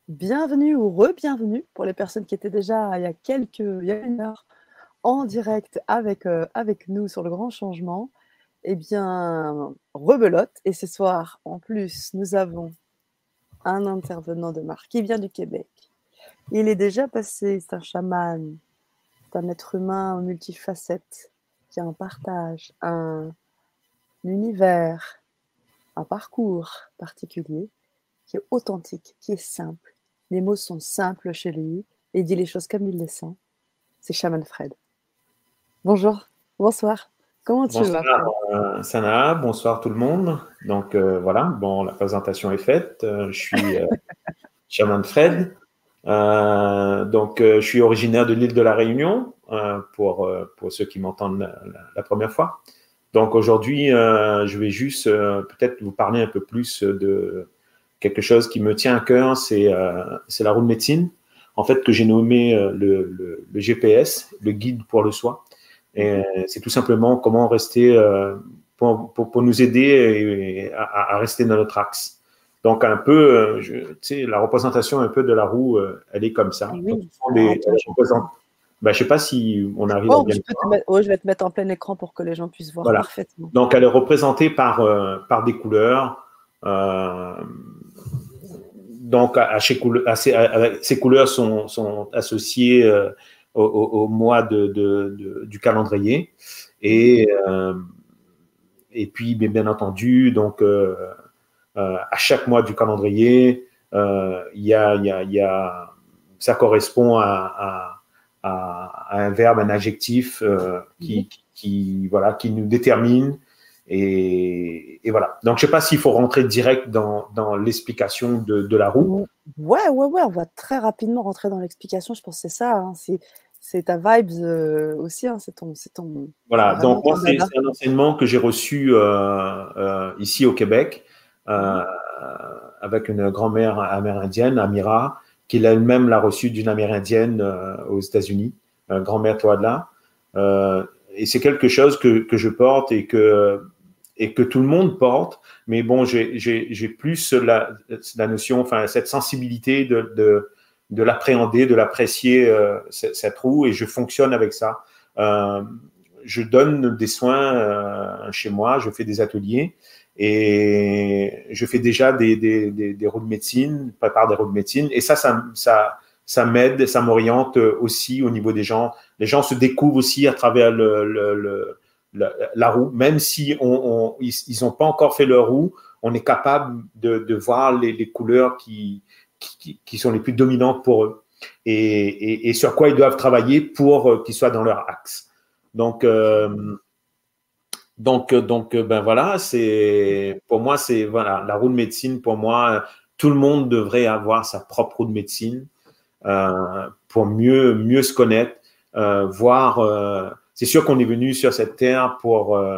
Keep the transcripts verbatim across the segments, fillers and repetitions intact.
Bienvenue ou re-bienvenue pour les personnes qui étaient déjà il y a quelques, il y a une heure en direct avec, euh, avec nous sur le grand changement. Eh bien, rebelote. Et ce soir, en plus, nous avons un intervenant de marque qui vient du Québec. Il est déjà passé, c'est un chaman, c'est un être humain aux multifacettes, qui a un partage, un univers, un parcours particulier, qui est authentique, qui est simple. Les mots sont simples chez lui et il dit les choses comme il les sent. C'est Shaman Fred. Bonjour, bonsoir. Comment tu vas, Bonsoir, Fred? euh, Sana, bonsoir tout le monde. Donc euh, voilà, bon, la présentation est faite. Euh, je suis euh, Chaman Fred. Euh, donc euh, je suis originaire de l'île de la Réunion euh, pour, euh, pour ceux qui m'entendent la, la, la première fois. Donc aujourd'hui, euh, je vais juste euh, peut-être vous parler un peu plus de quelque chose qui me tient à cœur, c'est euh, c'est la roue de médecine, en fait, que j'ai nommé euh, le, le, le G P S, le guide pour le soi. Et c'est tout simplement comment rester, euh, pour, pour, pour, nous aider à, à, rester dans notre axe. Donc, un peu, euh, je, tu sais, la représentation un peu de la roue, euh, elle est comme ça. Et Donc, oui, ce sont alors des, attends, je... ben, je sais pas si on arrive à Oh, bien je, le peux te voir. mettre... oh, je vais te mettre en plein écran pour que les gens puissent voir Voilà. parfaitement. Donc, elle est représentée par, euh, par des couleurs. Euh, donc, à, à, ces, à, ces, à ces couleurs sont, sont associées euh, au, au, au mois de, de, de, du calendrier. Et, euh, et puis, bien, bien entendu, donc, euh, euh, à chaque mois du calendrier, euh, y a, y a, y a, ça correspond à, à, à un verbe, un adjectif euh, qui, Mm-hmm. qui, qui, voilà, qui nous détermine. Et, et voilà. Donc, je ne sais pas s'il faut rentrer direct dans, dans l'explication de, de la roue. Ouais, ouais, ouais, on va très rapidement rentrer dans l'explication. Je pense que c'est ça. Hein. C'est, c'est ta vibe euh, aussi. Hein. C'est ton, c'est ton, c'est Voilà. vraiment Donc, moi, ton c'est dada. un enseignement que j'ai reçu euh, euh, ici au Québec euh, Mm-hmm. avec une grand-mère amérindienne, Amira, qui elle-même l'a reçu d'une amérindienne euh, aux États-Unis, euh, grand-mère Toadla. Euh, et c'est quelque chose que, que je porte et que, et que tout le monde porte. Mais bon, j'ai, j'ai, j'ai plus la, la notion, enfin, cette sensibilité de, de, de l'appréhender, de l'apprécier, euh, cette, cette roue, et je fonctionne avec ça. Euh, je donne des soins euh, chez moi, je fais des ateliers et je fais déjà des, des, des, des roues de médecine, prépare des roues de médecine. Et ça, ça, ça, ça m'aide, ça m'oriente aussi au niveau des gens. Les gens se découvrent aussi à travers le, le, le, la, la roue, même si on, on, ils n'ont pas encore fait leur roue, on est capable de, de voir les, les couleurs qui, qui, qui sont les plus dominantes pour eux et, et, et sur quoi ils doivent travailler pour qu'ils soient dans leur axe. Donc, euh, donc, donc, ben voilà, c'est pour moi, c'est voilà, la roue de médecine. Pour moi, tout le monde devrait avoir sa propre roue de médecine euh, pour mieux, mieux se connaître, euh, voir. Euh, c'est sûr qu'on est venu sur cette terre pour, euh,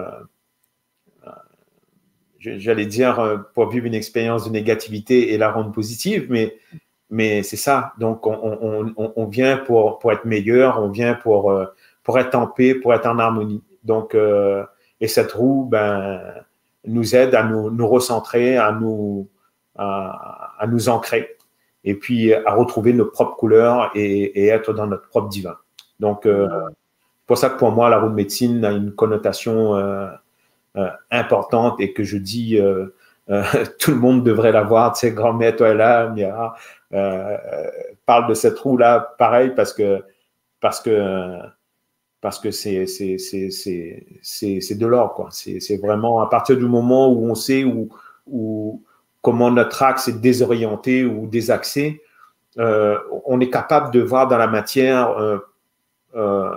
j'allais dire, pour vivre une expérience de négativité et la rendre positive, mais mais c'est ça. Donc, on, on, on, on vient pour pour être meilleur, on vient pour pour être en paix, pour être en harmonie. Donc euh, et cette roue, ben, nous aide à nous, nous recentrer, à nous, à, à nous ancrer, et puis à retrouver nos propres couleurs et, et être dans notre propre divin. Donc, euh, Mm. c'est pour ça que pour moi, la roue de médecine a une connotation euh, euh, importante et que je dis, euh, euh, tout le monde devrait l'avoir. Tu sais, grand-mère, toi là, Mira, euh, parle de cette roue-là, pareil, parce que parce que parce que c'est c'est c'est c'est c'est c'est de l'or, quoi. C'est c'est vraiment à partir du moment où on sait où où comment notre axe est désorienté ou désaxé, euh, on est capable de voir dans la matière, euh, euh,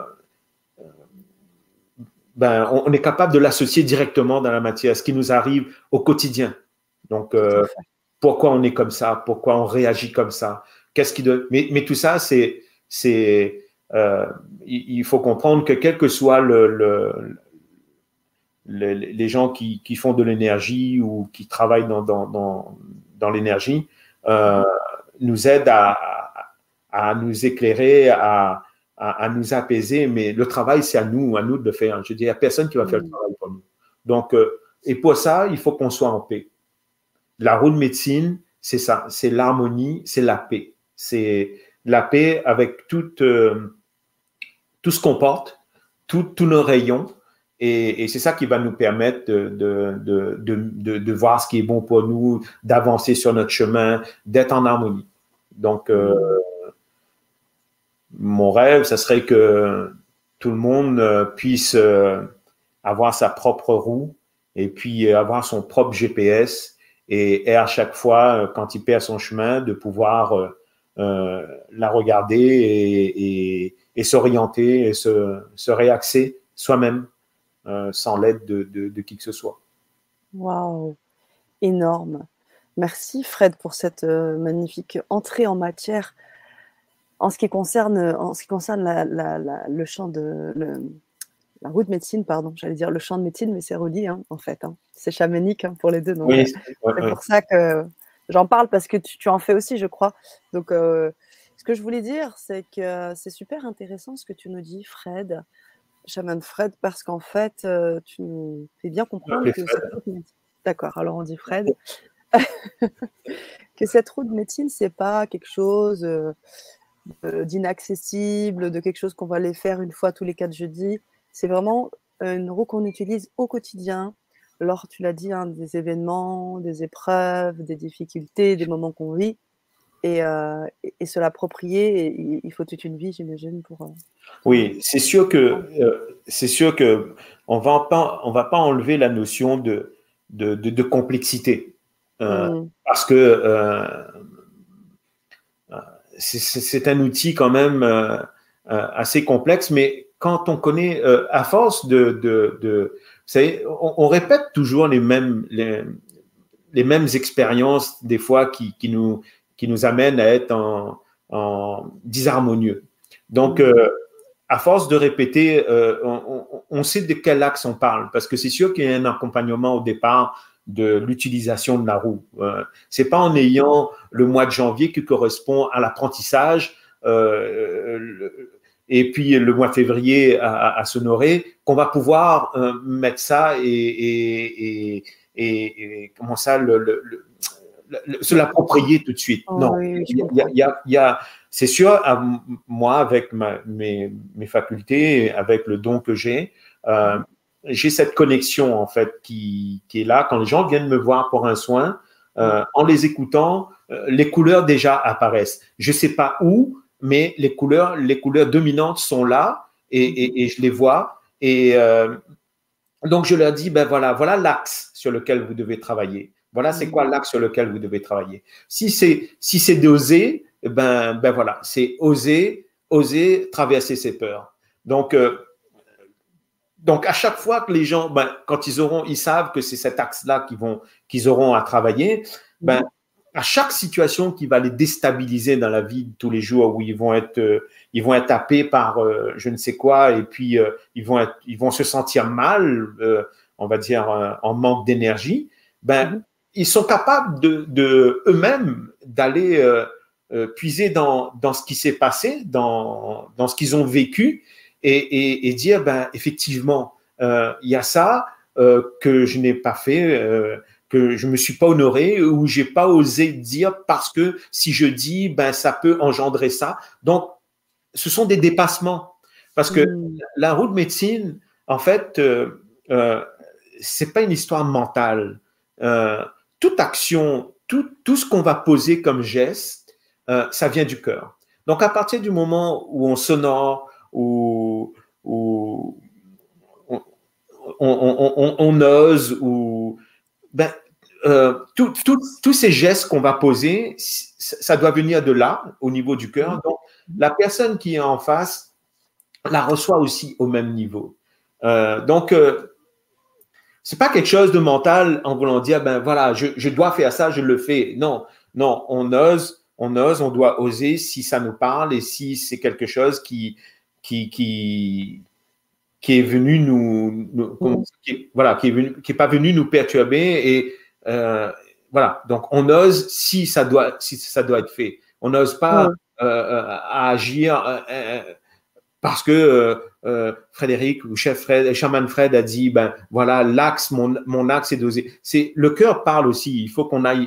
ben on, on est capable de l'associer directement dans la matière, ce qui nous arrive au quotidien. Donc Tout à euh, fait. pourquoi on est comme ça, pourquoi on réagit comme ça, qu'est-ce qui de... mais mais tout ça c'est c'est euh, il faut comprendre que quel que soit le, le, le les gens qui, qui font de l'énergie ou qui travaillent dans, dans, dans, dans l'énergie euh, nous aident à, à, à nous éclairer, à, à, à nous apaiser, mais le travail, c'est à nous, à nous de le faire. Je dis, il n'y a personne qui va faire le Mm. travail pour nous. Donc, euh, et pour ça, il faut qu'on soit en paix. La roue de médecine, c'est ça, c'est l'harmonie, c'est la paix. C'est la paix avec toute, euh, tout ce qu'on porte, tous nos rayons. Et, et c'est ça qui va nous permettre de, de, de, de, de, de voir ce qui est bon pour nous, d'avancer sur notre chemin, d'être en harmonie. Donc, euh, mon rêve, ce serait que tout le monde puisse avoir sa propre roue et puis avoir son propre G P S et, et à chaque fois, quand il perd son chemin, de pouvoir euh, la regarder et, et, et s'orienter et se, se réaxer soi-même euh, sans l'aide de, de, de qui que ce soit. Waouh, énorme. Merci Fred pour cette euh, magnifique entrée en matière. En ce qui concerne, en ce qui concerne la, la, la, le champ de le, la route de médecine, pardon, j'allais dire le champ de médecine, mais c'est relié hein, en fait. Hein. C'est chamanique hein, pour les deux. Donc, oui, euh, c'est ouais, pour ouais. ça que j'en parle parce que tu, tu en fais aussi, je crois. Donc, euh, ce que je voulais dire, c'est que c'est super intéressant ce que tu nous dis, Fred, chaman Fred, parce qu'en fait, euh, tu nous fais bien comprendre que cette route de médecine. D'accord, alors on dit Fred. Que cette route de médecine, c'est pas quelque chose. Euh, d'inaccessible, de quelque chose qu'on va aller faire une fois tous les quatre jeudis. C'est vraiment une roue qu'on utilise au quotidien, lors, tu l'as dit, hein, des événements, des épreuves, des difficultés, des moments qu'on vit, et, euh, et, et se l'approprier. Et il faut toute une vie, j'imagine, pour. Euh, oui, c'est sûr que euh, c'est sûr que on va pas on va pas enlever la notion de de, de, de complexité euh, mm. parce que euh, c'est un outil quand même euh, assez complexe, mais quand on connaît, euh, à force de, de, de vous savez, on, on répète toujours les mêmes, les, les mêmes expériences des fois qui, qui, nous, qui nous amènent à être en, en disharmonieux. Donc, euh, à force de répéter, euh, on, on, on sait de quel axe on parle, parce que c'est sûr qu'il y a un accompagnement au départ de l'utilisation de la roue. Euh, c'est pas en ayant le mois de janvier qui correspond à l'apprentissage euh, le, et puis le mois de février à, à s'honorer qu'on va pouvoir euh, mettre ça et, et, et, et, et comment ça le, le, le, le se l'approprier tout de suite. Oh, non, oui, il y a, il y a, il y a c'est sûr, à, moi avec ma, mes, mes facultés, avec le don que j'ai. Euh, j'ai cette connexion en fait qui, qui est là quand les gens viennent me voir pour un soin. Euh, en les écoutant, euh, les couleurs déjà apparaissent. Je sais pas où, mais les couleurs, les couleurs dominantes sont là et, et, et je les vois. Et euh, donc je leur dis ben voilà, voilà l'axe sur lequel vous devez travailler. Voilà, c'est quoi l'axe sur lequel vous devez travailler. Si c'est si c'est d'oser, ben ben voilà, c'est oser, oser traverser ses peurs. Donc euh, Donc, à chaque fois que les gens, ben, quand ils auront, ils savent que c'est cet axe-là qu'ils vont, qu'ils auront à travailler, ben, à chaque situation qui va les déstabiliser dans la vie de tous les jours, où ils vont être, euh, ils vont être tapés par euh, je ne sais quoi, et puis euh, ils vont être, ils vont se sentir mal, euh, on va dire euh, en manque d'énergie. Ben, mm-hmm. ils sont capables de, de eux-mêmes d'aller euh, euh, puiser dans dans ce qui s'est passé, dans dans ce qu'ils ont vécu. Et, et, et dire, ben, effectivement, euh, il y a ça euh, que je n'ai pas fait, euh, que je me suis pas honoré ou j'ai pas osé dire parce que si je dis, ben, ça peut engendrer ça. Donc, ce sont des dépassements. Parce que mmh. la route de médecine, en fait, euh, euh, c'est pas une histoire mentale. Euh, toute action, tout, tout ce qu'on va poser comme geste, euh, ça vient du cœur. Donc, à partir du moment où on s'honore, où, où on, on, on, on ose, ou ben, euh, tous tout, tout ces gestes qu'on va poser, ça doit venir de là, au niveau du cœur. Donc, la personne qui est en face la reçoit aussi au même niveau. Euh, donc, euh, c'est pas quelque chose de mental en voulant dire, ben voilà, je, je dois faire ça, je le fais. Non, non, on ose, on ose, on doit oser si ça nous parle et si c'est quelque chose qui qui, qui, qui est venu nous, nous mmh. qui, voilà, qui est venu, qui est pas venu nous perturber et euh, voilà. Donc on ose si ça doit, si ça doit être fait. On n'ose pas mmh. euh, à agir euh, euh, parce que euh, euh, Frédéric ou chef Fred, chaman Fred a dit ben voilà l'axe, mon mon axe est d'oser. C'est le cœur parle aussi. Il faut qu'on aille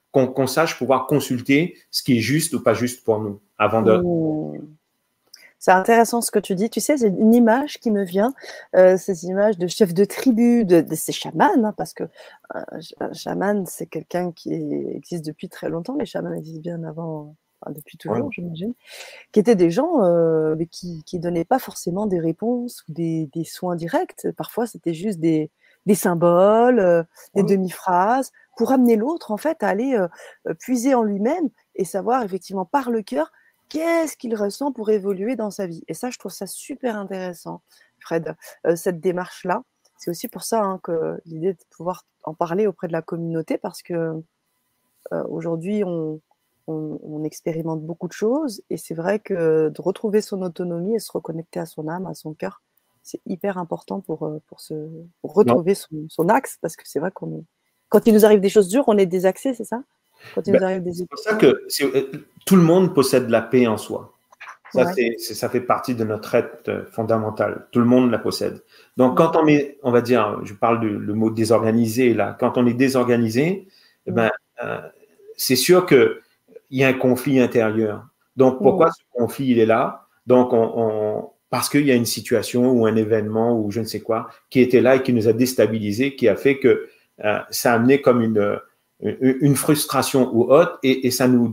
qu'on qu'on sache pouvoir consulter ce qui est juste ou pas juste pour nous avant de… Mmh. C'est intéressant ce que tu dis. Tu sais, c'est une image qui me vient, euh, ces images de chefs de tribu, de, de ces chamans, hein, parce que euh, un chaman, c'est quelqu'un qui existe depuis très longtemps. Les chamans existent bien avant, enfin, depuis toujours, Ouais. j'imagine, qui étaient des gens euh, mais qui ne donnaient pas forcément des réponses ou des, des soins directs. Parfois, c'était juste des, des symboles, euh, des Ouais. demi-phrases, pour amener l'autre, en fait, à aller euh, puiser en lui-même et savoir, effectivement, par le cœur, qu'est-ce qu'il ressent pour évoluer dans sa vie. Et ça, je trouve ça super intéressant, Fred, euh, cette démarche-là. C'est aussi pour ça hein, que l'idée de pouvoir en parler auprès de la communauté, parce que euh, aujourd'hui, on, on, on expérimente beaucoup de choses, et c'est vrai que de retrouver son autonomie et se reconnecter à son âme, à son cœur, c'est hyper important pour, pour, se, pour retrouver son, son axe, parce que c'est vrai qu'on est… Quand il nous arrive des choses dures, on est désaxé, c'est ça? Quand il Ben, nous arrive des… c'est pour ça que c'est- tout le monde possède la paix en soi. Ça, Ouais. c'est, c'est- ça fait partie de notre être fondamental. Tout le monde la possède. Donc, Ouais. quand on est, on va dire, je parle du le mot désorganisé là, quand on est désorganisé, eh ben, euh, c'est sûr qu'il y a un conflit intérieur. Donc, pourquoi Ouais. ce conflit, il est là? Donc, on, on- parce qu'il y a une situation ou un événement ou je ne sais quoi qui était là et qui nous a déstabilisés, qui a fait que euh, ça a amené comme une, une, une frustration ou autre et, et ça, nous,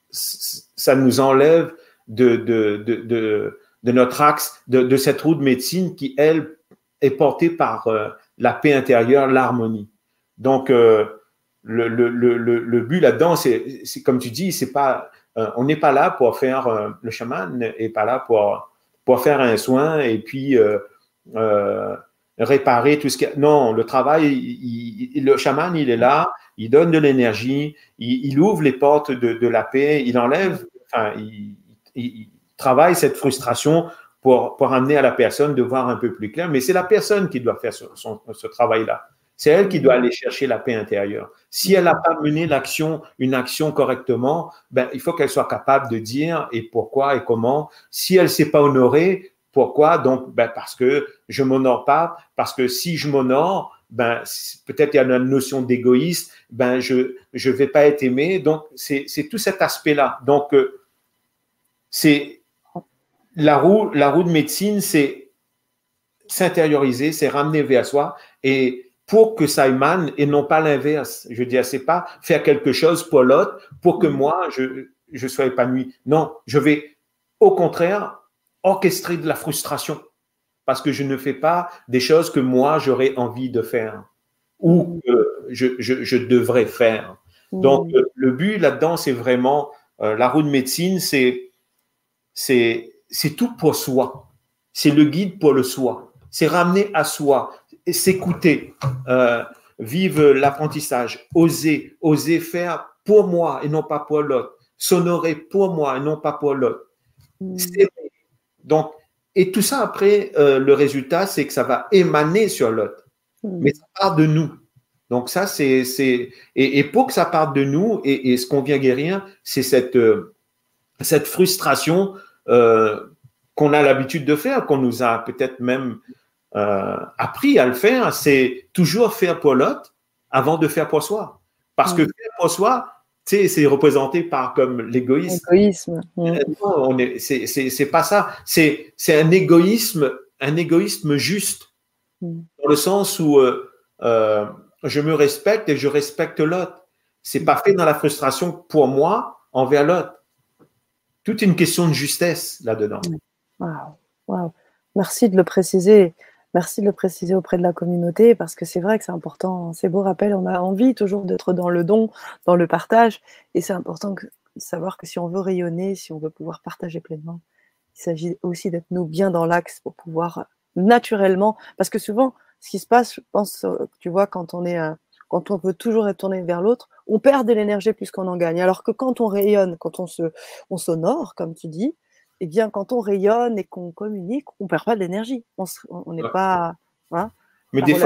ça nous enlève de, de, de, de, de notre axe, de, de cette roue de médecine qui, elle, est portée par euh, la paix intérieure, l'harmonie. Donc, euh, le, le, le, le but là-dedans, c'est, c'est comme tu dis, c'est pas, euh, on n'est pas là pour faire, euh, le chaman n'est pas là pour, pour faire un soin et puis euh, euh, réparer tout ce qui… Non, le travail, il, il, le chaman, il est là, il donne de l'énergie, il, il ouvre les portes de, de la paix, il enlève, enfin, il, il, il travaille cette frustration pour, pour amener à la personne de voir un peu plus clair, mais c'est la personne qui doit faire ce, son, ce travail-là. C'est elle qui doit aller chercher la paix intérieure. Si elle n'a pas mené l'action, une action correctement, ben, il faut qu'elle soit capable de dire et pourquoi et comment. Si elle ne s'est pas honorée, pourquoi? Donc, ben, parce que je m'honore pas, parce que si je m'honore, ben, peut-être il y a une notion d'égoïste, ben, je je vais pas être aimé. Donc, c'est c'est tout cet aspect-là. Donc, euh, c'est la roue, la roue de médecine, c'est s'intérioriser, c'est ramener vers soi et pour que ça émane et non pas l'inverse. Je veux dire, c'est pas faire quelque chose pour l'autre pour que moi, je, je sois épanoui. Non, je vais au contraire orchestrer de la frustration parce que je ne fais pas des choses que moi, j'aurais envie de faire ou que je, je, je devrais faire. Donc, Mmh. le but là-dedans, c'est vraiment, euh, la roue de médecine, c'est, c'est, c'est tout pour soi. C'est le guide pour le soi. C'est ramener à soi, s'écouter, euh, vivre l'apprentissage, oser, oser faire pour moi et non pas pour l'autre, s'honorer pour moi et non pas pour l'autre. Mmh. Donc, et tout ça après, euh, le résultat, c'est que ça va émaner sur l'autre, mmh. mais ça part de nous. Donc ça, c'est, c'est et, et pour que ça parte de nous, et, et ce qu'on vient guérir, c'est cette euh, cette frustration euh, qu'on a l'habitude de faire, qu'on nous a peut-être même euh, appris à le faire, c'est toujours faire pour l'autre avant de faire pour soi. Parce mmh. que faire pour soi, tu sais, c'est représenté par comme l'égoïsme. L'égoïsme. Mmh. Non, on est, c'est, c'est, c'est pas ça. C'est, c'est un égoïsme, un égoïsme juste, mmh. dans le sens où euh, euh, je me respecte et je respecte l'autre. C'est pas fait dans la frustration pour moi envers l'autre. Toute une question de justesse là-dedans. Waouh, waouh. Merci de le préciser. Merci de le préciser auprès de la communauté parce que c'est vrai que c'est important. C'est beau rappel. On a envie toujours d'être dans le don, dans le partage. Et c'est important de savoir que si on veut rayonner, si on veut pouvoir partager pleinement, il s'agit aussi d'être nous bien dans l'axe pour pouvoir naturellement. Parce que souvent, ce qui se passe, je pense, tu vois, quand on est, quand on veut toujours être tourné vers l'autre, on perd de l'énergie plus qu'on en gagne. Alors que quand on rayonne, quand on se, on s'honore, comme tu dis, eh bien, quand on rayonne et qu'on communique, on ne perd pas de l'énergie. On n'est pas… Hein, mais, des fois,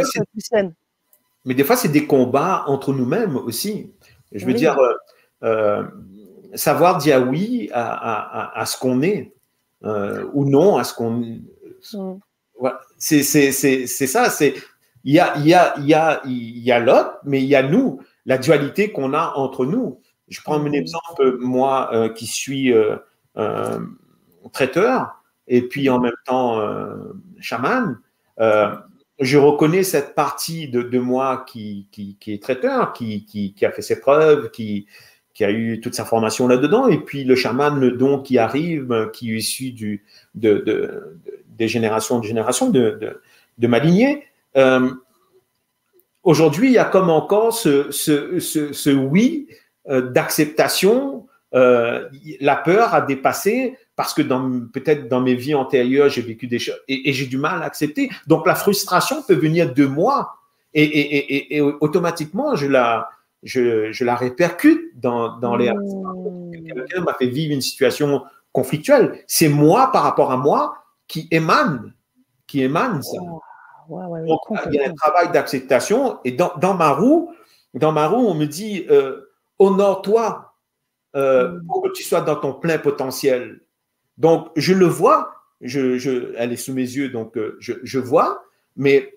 mais des fois, c'est des combats entre nous-mêmes aussi. Je veux oui. dire, euh, euh, savoir dire oui à, à, à ce qu'on est euh, ou non à ce qu'on… Mm. Voilà. C'est, c'est, c'est, c'est ça. C'est, il y a, il y a, il y a, il y a l'autre, mais il y a nous. la dualité qu'on a entre nous. Je prends un exemple, moi euh, qui suis euh, euh, traiteur et puis en même temps euh, chaman, euh, je reconnais cette partie de, de moi qui, qui, qui est traiteur, qui, qui, qui a fait ses preuves, qui, qui a eu toute sa formation là-dedans, et puis le chaman, le don qui arrive, qui est issu du, de, de, de, des générations de générations de, de, de ma lignée. Euh, aujourd'hui, il y a comme encore ce, ce, ce, ce oui euh, d'acceptation. Euh, la peur a dépassé parce que dans, peut-être dans mes vies antérieures, j'ai vécu des choses et, et j'ai du mal à accepter. Donc, la frustration peut venir de moi et, et, et, et automatiquement, je la, je, je la répercute dans, dans les… Mmh. Quelqu'un m'a fait vivre une situation conflictuelle. C'est moi, par rapport à moi, qui émane, qui émane ça. Oh. Ouais, ouais, Donc, il y a un travail d'acceptation et dans, dans ma roue, dans ma roue, on me dit euh, honore-toi euh, pour que tu sois dans ton plein potentiel. Donc, je le vois, je, je, elle est sous mes yeux, donc euh, je, je vois, mais,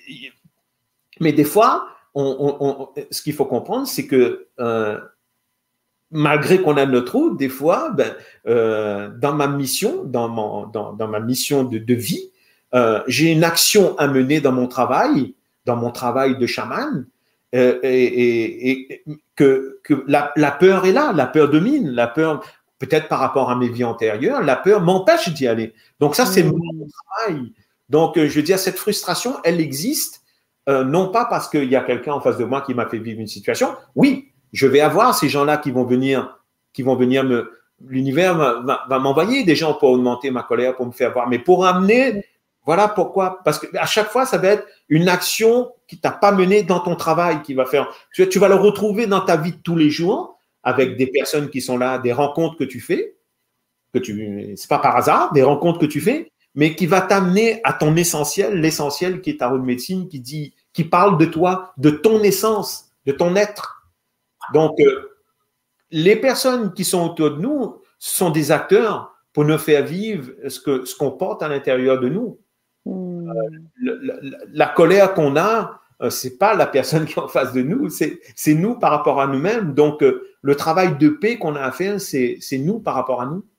mais des fois, on, on, on, ce qu'il faut comprendre, c'est que euh, malgré qu'on a notre route, des fois, ben, euh, dans ma mission, dans, mon, dans, dans ma mission de, de vie, euh, j'ai une action à mener dans mon travail, dans mon travail de chaman, euh, et, et, et que, que la, la peur est là, la peur domine, la peur, peut-être par rapport à mes vies antérieures, la peur m'empêche d'y aller. Donc ça, c'est mmh. mon travail. Donc, je veux dire, cette frustration, elle existe, euh, non pas parce qu'il y a quelqu'un en face de moi qui m'a fait vivre une situation. Oui, je vais avoir ces gens-là qui vont venir, qui vont venir me… L'univers va, va m'envoyer des gens pour augmenter ma colère, pour me faire voir, mais pour amener… Voilà pourquoi. Parce qu'à chaque fois, ça va être une action qui t'a pas mené dans ton travail qui va faire… Tu, tu vas le retrouver dans ta vie de tous les jours avec des personnes qui sont là, des rencontres que tu fais, que tu… c'est pas par hasard, des rencontres que tu fais, mais qui va t'amener à ton essentiel, l'essentiel qui est ta roue de médecine, qui dit, qui parle de toi, de ton essence, de ton être. Donc, euh, les personnes qui sont autour de nous sont des acteurs pour nous faire vivre ce que ce qu'on porte à l'intérieur de nous. Mmh. Euh, la, la, la colère qu'on a, euh, c'est pas la personne qui est en face de nous, c'est c'est nous par rapport à nous-mêmes. Donc, euh, le travail de paix qu'on a à faire, c'est c'est nous par rapport à nous.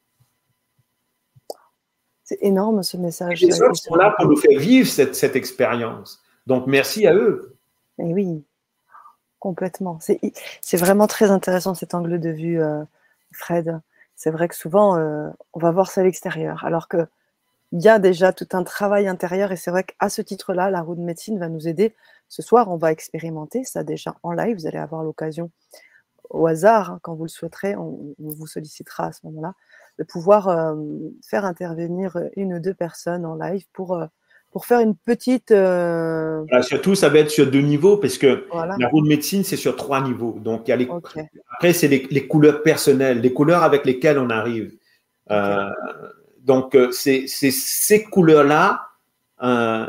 C'est énorme ce message. Et les autres sont là pour nous faire vivre cette, cette expérience. Donc, merci à eux. Et oui, complètement. C'est, c'est vraiment très intéressant cet angle de vue, euh, Fred. C'est vrai que souvent, euh, on va voir ça à l'extérieur, alors qu'il y a déjà tout un travail intérieur. Et c'est vrai qu'à ce titre-là, la roue de médecine va nous aider. Ce soir, on va expérimenter ça déjà en live. Vous allez avoir l'occasion, au hasard, hein, quand vous le souhaiterez, on, on vous sollicitera à ce moment-là, de pouvoir euh, faire intervenir une ou deux personnes en live pour, euh, pour faire une petite… Euh... Voilà, surtout, ça va être sur deux niveaux, parce que voilà. La roue de médecine, c'est sur trois niveaux. Donc, il y a les… okay. Après, c'est les, les couleurs personnelles, les couleurs avec lesquelles on arrive. Okay. Euh, donc, c'est, c'est ces couleurs-là, euh,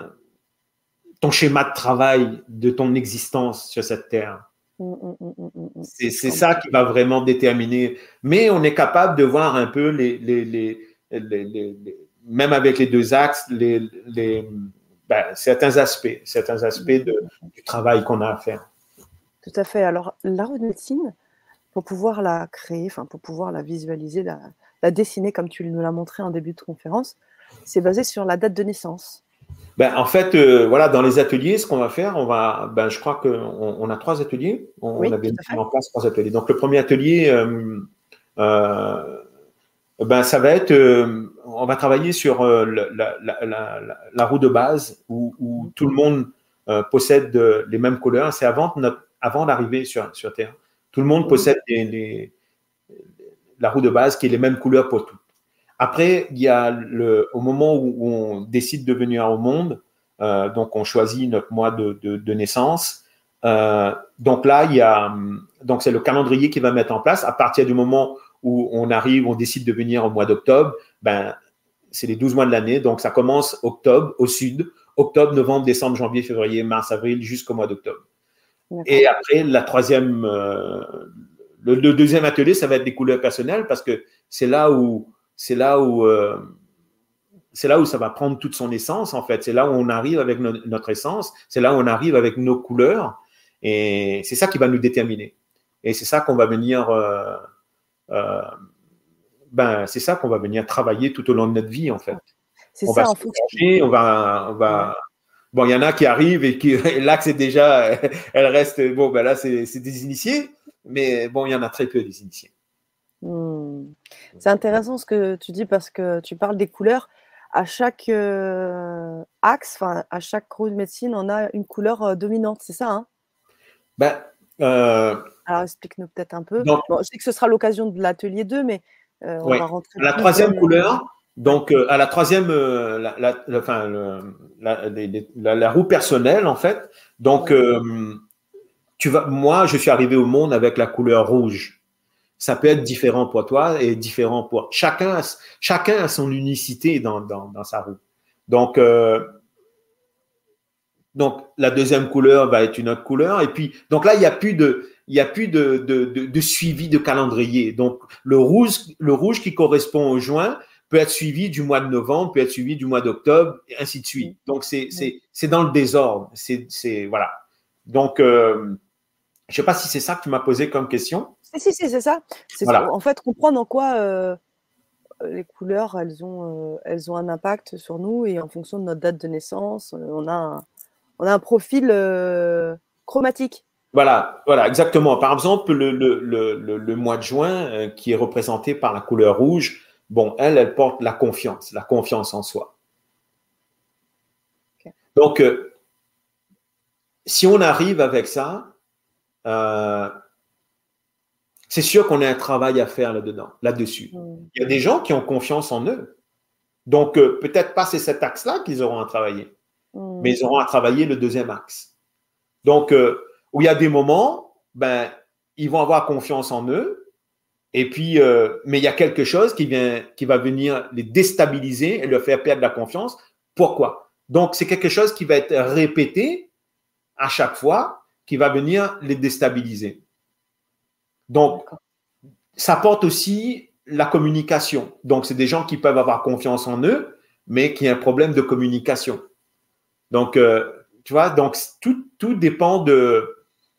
ton schéma de travail de ton existence sur cette terre. Mmh, mmh, mmh, mmh. C'est, c'est ça qui va vraiment déterminer. Mais on est capable de voir un peu les, les, les, les, les, les même avec les deux axes, les, les, ben, certains aspects, certains aspects de, du travail qu'on a à faire. Tout à fait. Alors, la roue de médecine, pour pouvoir la créer, enfin, pour pouvoir la visualiser, la, la dessiner comme tu nous l'as montré en début de conférence, c'est basé sur la date de naissance. Ben, en fait, euh, voilà, dans les ateliers, ce qu'on va faire, on va, ben, je crois qu'on on a trois ateliers. On, oui, on avait mis en place trois ateliers. Donc, le premier atelier, euh, euh, ben, ça va être, euh, on va travailler sur euh, la, la, la, la, la roue de base où, où tout le monde euh, possède les mêmes couleurs. C'est avant, notre, avant d'arriver sur, sur Terre. Tout le monde possède les, les, la roue de base qui est les mêmes couleurs pour tout. Après, il y a le, au moment où on décide de venir au monde, euh, donc on choisit notre mois de, de, de naissance. Euh, donc là, il y a, donc c'est le calendrier qui va mettre en place. À partir du moment où on arrive, on décide de venir au mois d'octobre, ben c'est les douze mois de l'année. Donc ça commence octobre au sud, octobre, novembre, décembre, janvier, février, mars, avril, jusqu'au mois d'octobre. Et après, la troisième, euh, le, le deuxième atelier, ça va être des couleurs personnelles parce que c'est là où c'est là où euh, c'est là où ça va prendre toute son essence en fait. C'est là où on arrive avec no, notre essence. C'est là où on arrive avec nos couleurs. Et c'est ça qui va nous déterminer. Et c'est ça qu'on va venir, euh, euh, ben, c'est ça qu'on va venir travailler tout au long de notre vie, en fait. C'est on ça, va en se fonction. changer, on va, on va. Ouais. Bon, il y en a qui arrivent et qui, et là, c'est déjà, elle reste, bon, ben là, c'est des initiés, mais bon, il y en a très peu des initiés. Mmh. C'est intéressant ce que tu dis parce que tu parles des couleurs. À chaque euh, axe, enfin, à chaque crew de médecine, on a une couleur euh, dominante, c'est ça, hein? Ben, euh, Alors, explique-nous peut-être un peu. donc, Bon, je sais que ce sera l'occasion de l'atelier deux, mais euh, on ouais. va rentrer La plus troisième dans les... couleur, donc euh, à la troisième, euh, la, la, la, enfin, le, la, les, la, la roue personnelle, en fait. Donc, Ouais. euh, tu vas, moi, je suis arrivé au monde avec la couleur rouge. Ça peut être différent pour toi et différent pour chacun. Chacun a son unicité dans, dans, dans sa roue. Donc, euh, donc la deuxième couleur va être une autre couleur. Et puis, donc là, il n'y a plus de, il y a plus de, de, de, de suivi de calendrier. Donc, le rouge, le rouge qui correspond au juin peut être suivi du mois de novembre, peut être suivi du mois d'octobre, et ainsi de suite. Donc, c'est, c'est, c'est dans le désordre. C'est, c'est, voilà. Donc, euh, je ne sais pas si c'est ça que tu m'as posé comme question. Si, si, si, c'est ça. C'est Voilà. en fait comprendre en quoi euh, les couleurs, elles ont, euh, elles ont un impact sur nous et en fonction de notre date de naissance, euh, on a un, on a un profil euh, chromatique. Voilà, voilà, exactement. Par exemple, le, le, le, le, le mois de juin, euh, qui est représenté par la couleur rouge, bon, elle, elle porte la confiance, la confiance en soi. Okay. Donc, euh, si on arrive avec ça, euh, c'est sûr qu'on a un travail à faire là-dedans, là-dessus. Mmh. Il y a des gens qui ont confiance en eux. Donc, euh, peut-être pas c'est cet axe-là qu'ils auront à travailler, mmh. mais ils auront à travailler le deuxième axe. Donc, euh, où il y a des moments, ben, ils vont avoir confiance en eux, et puis, euh, mais il y a quelque chose qui, vient, qui va venir les déstabiliser et leur faire perdre la confiance. Pourquoi? Donc, c'est quelque chose qui va être répété à chaque fois, qui va venir les déstabiliser. Donc, ça porte aussi la communication. Donc, c'est des gens qui peuvent avoir confiance en eux, mais qui ont un problème de communication. Donc, euh, tu vois, donc tout, tout dépend de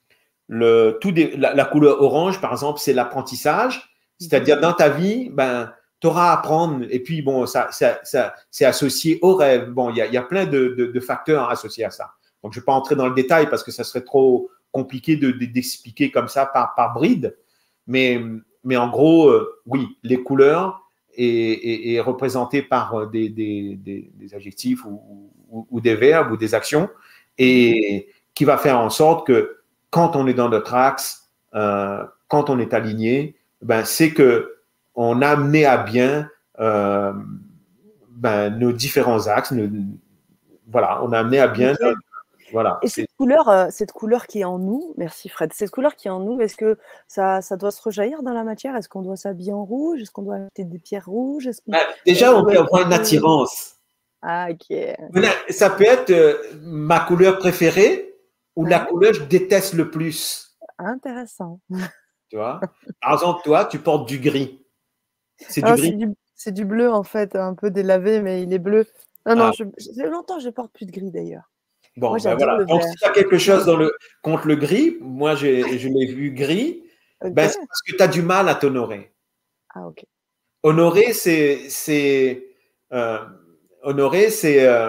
le, tout des, la, la couleur orange, par exemple, c'est l'apprentissage. C'est-à-dire, dans ta vie, ben, tu auras à apprendre. Et puis, bon, ça, ça, ça c'est associé au rêve. Bon, il y a, y a plein de, de, de facteurs associés à ça. Donc, je ne vais pas entrer dans le détail parce que ça serait trop compliqué de, de, d'expliquer comme ça par, par bride. Mais, mais en gros, euh, oui, les couleurs est, est, est représentées par des, des, des, des adjectifs ou, ou, ou des verbes ou des actions et qui va faire en sorte que quand on est dans notre axe, euh, quand on est aligné, ben, c'est qu'on a amené à bien euh, ben, nos différents axes. Nos, voilà, on a amené à bien. Okay. Notre, voilà, et cette couleur, euh, cette couleur qui est en nous, merci Fred, cette couleur qui est en nous, est-ce que ça, ça doit se rejaillir dans la matière? Est-ce qu'on doit s'habiller en rouge? Est-ce qu'on doit acheter des pierres rouges? ben, déjà, on peut avoir une attirance. Ah, ok. Ça peut être euh, ma couleur préférée ou ouais. la couleur que je déteste le plus. Intéressant. Tu vois? Par exemple, toi, tu portes du gris. C'est du gris? C'est du, du bleu, en fait, un peu délavé, mais il est bleu. Non, non, ah. je, je, longtemps, je ne porte plus de gris, d'ailleurs. Bon, moi, ben voilà. Donc, si tu as quelque chose dans le, contre le gris, moi, je l'ai vu gris, okay. ben, c'est parce que tu as du mal à t'honorer. Ah, ok. Honorer, c'est... Euh, honorer, c'est euh,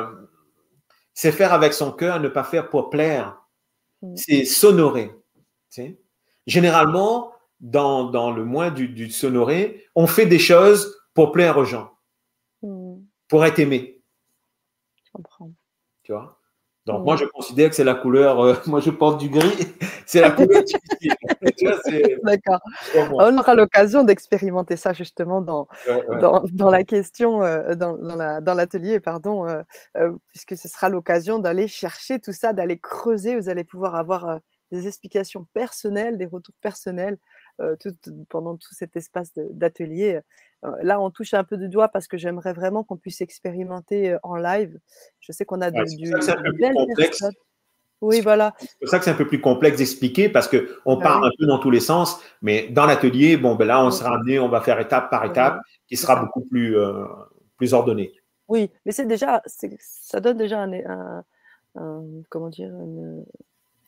faire avec son cœur, ne pas faire pour plaire. Mmh. C'est s'honorer. Tu sais? Généralement, dans, dans le moins du, du s'honorer, on fait des choses pour plaire aux gens, mmh. pour être aimé. Je comprends. Tu vois? Donc, mmh. moi, je considère que c'est la couleur, euh, moi, je porte du gris, c'est la couleur difficile. D'accord. On aura l'occasion d'expérimenter ça justement dans, ouais, ouais. dans, dans la question, euh, dans, dans l'atelier, la, pardon, euh, euh, puisque ce sera l'occasion d'aller chercher tout ça, d'aller creuser. Vous allez pouvoir avoir euh, des explications personnelles, des retours personnels euh, tout, pendant tout cet espace d'atelier. Euh, là, on touche un peu du doigt parce que j'aimerais vraiment qu'on puisse expérimenter euh, en live. Je sais qu'on a de, ouais, du, ça, de belles personnes. Oui, voilà. C'est pour ça que c'est un peu plus complexe d'expliquer parce qu'on part oui. un peu dans tous les sens, mais dans l'atelier, bon, ben là, on oui. sera amené, on va faire étape par étape, oui. qui sera ça. beaucoup plus, euh, plus ordonné. Oui, mais c'est déjà, ça donne déjà un, un, un comment dire, une,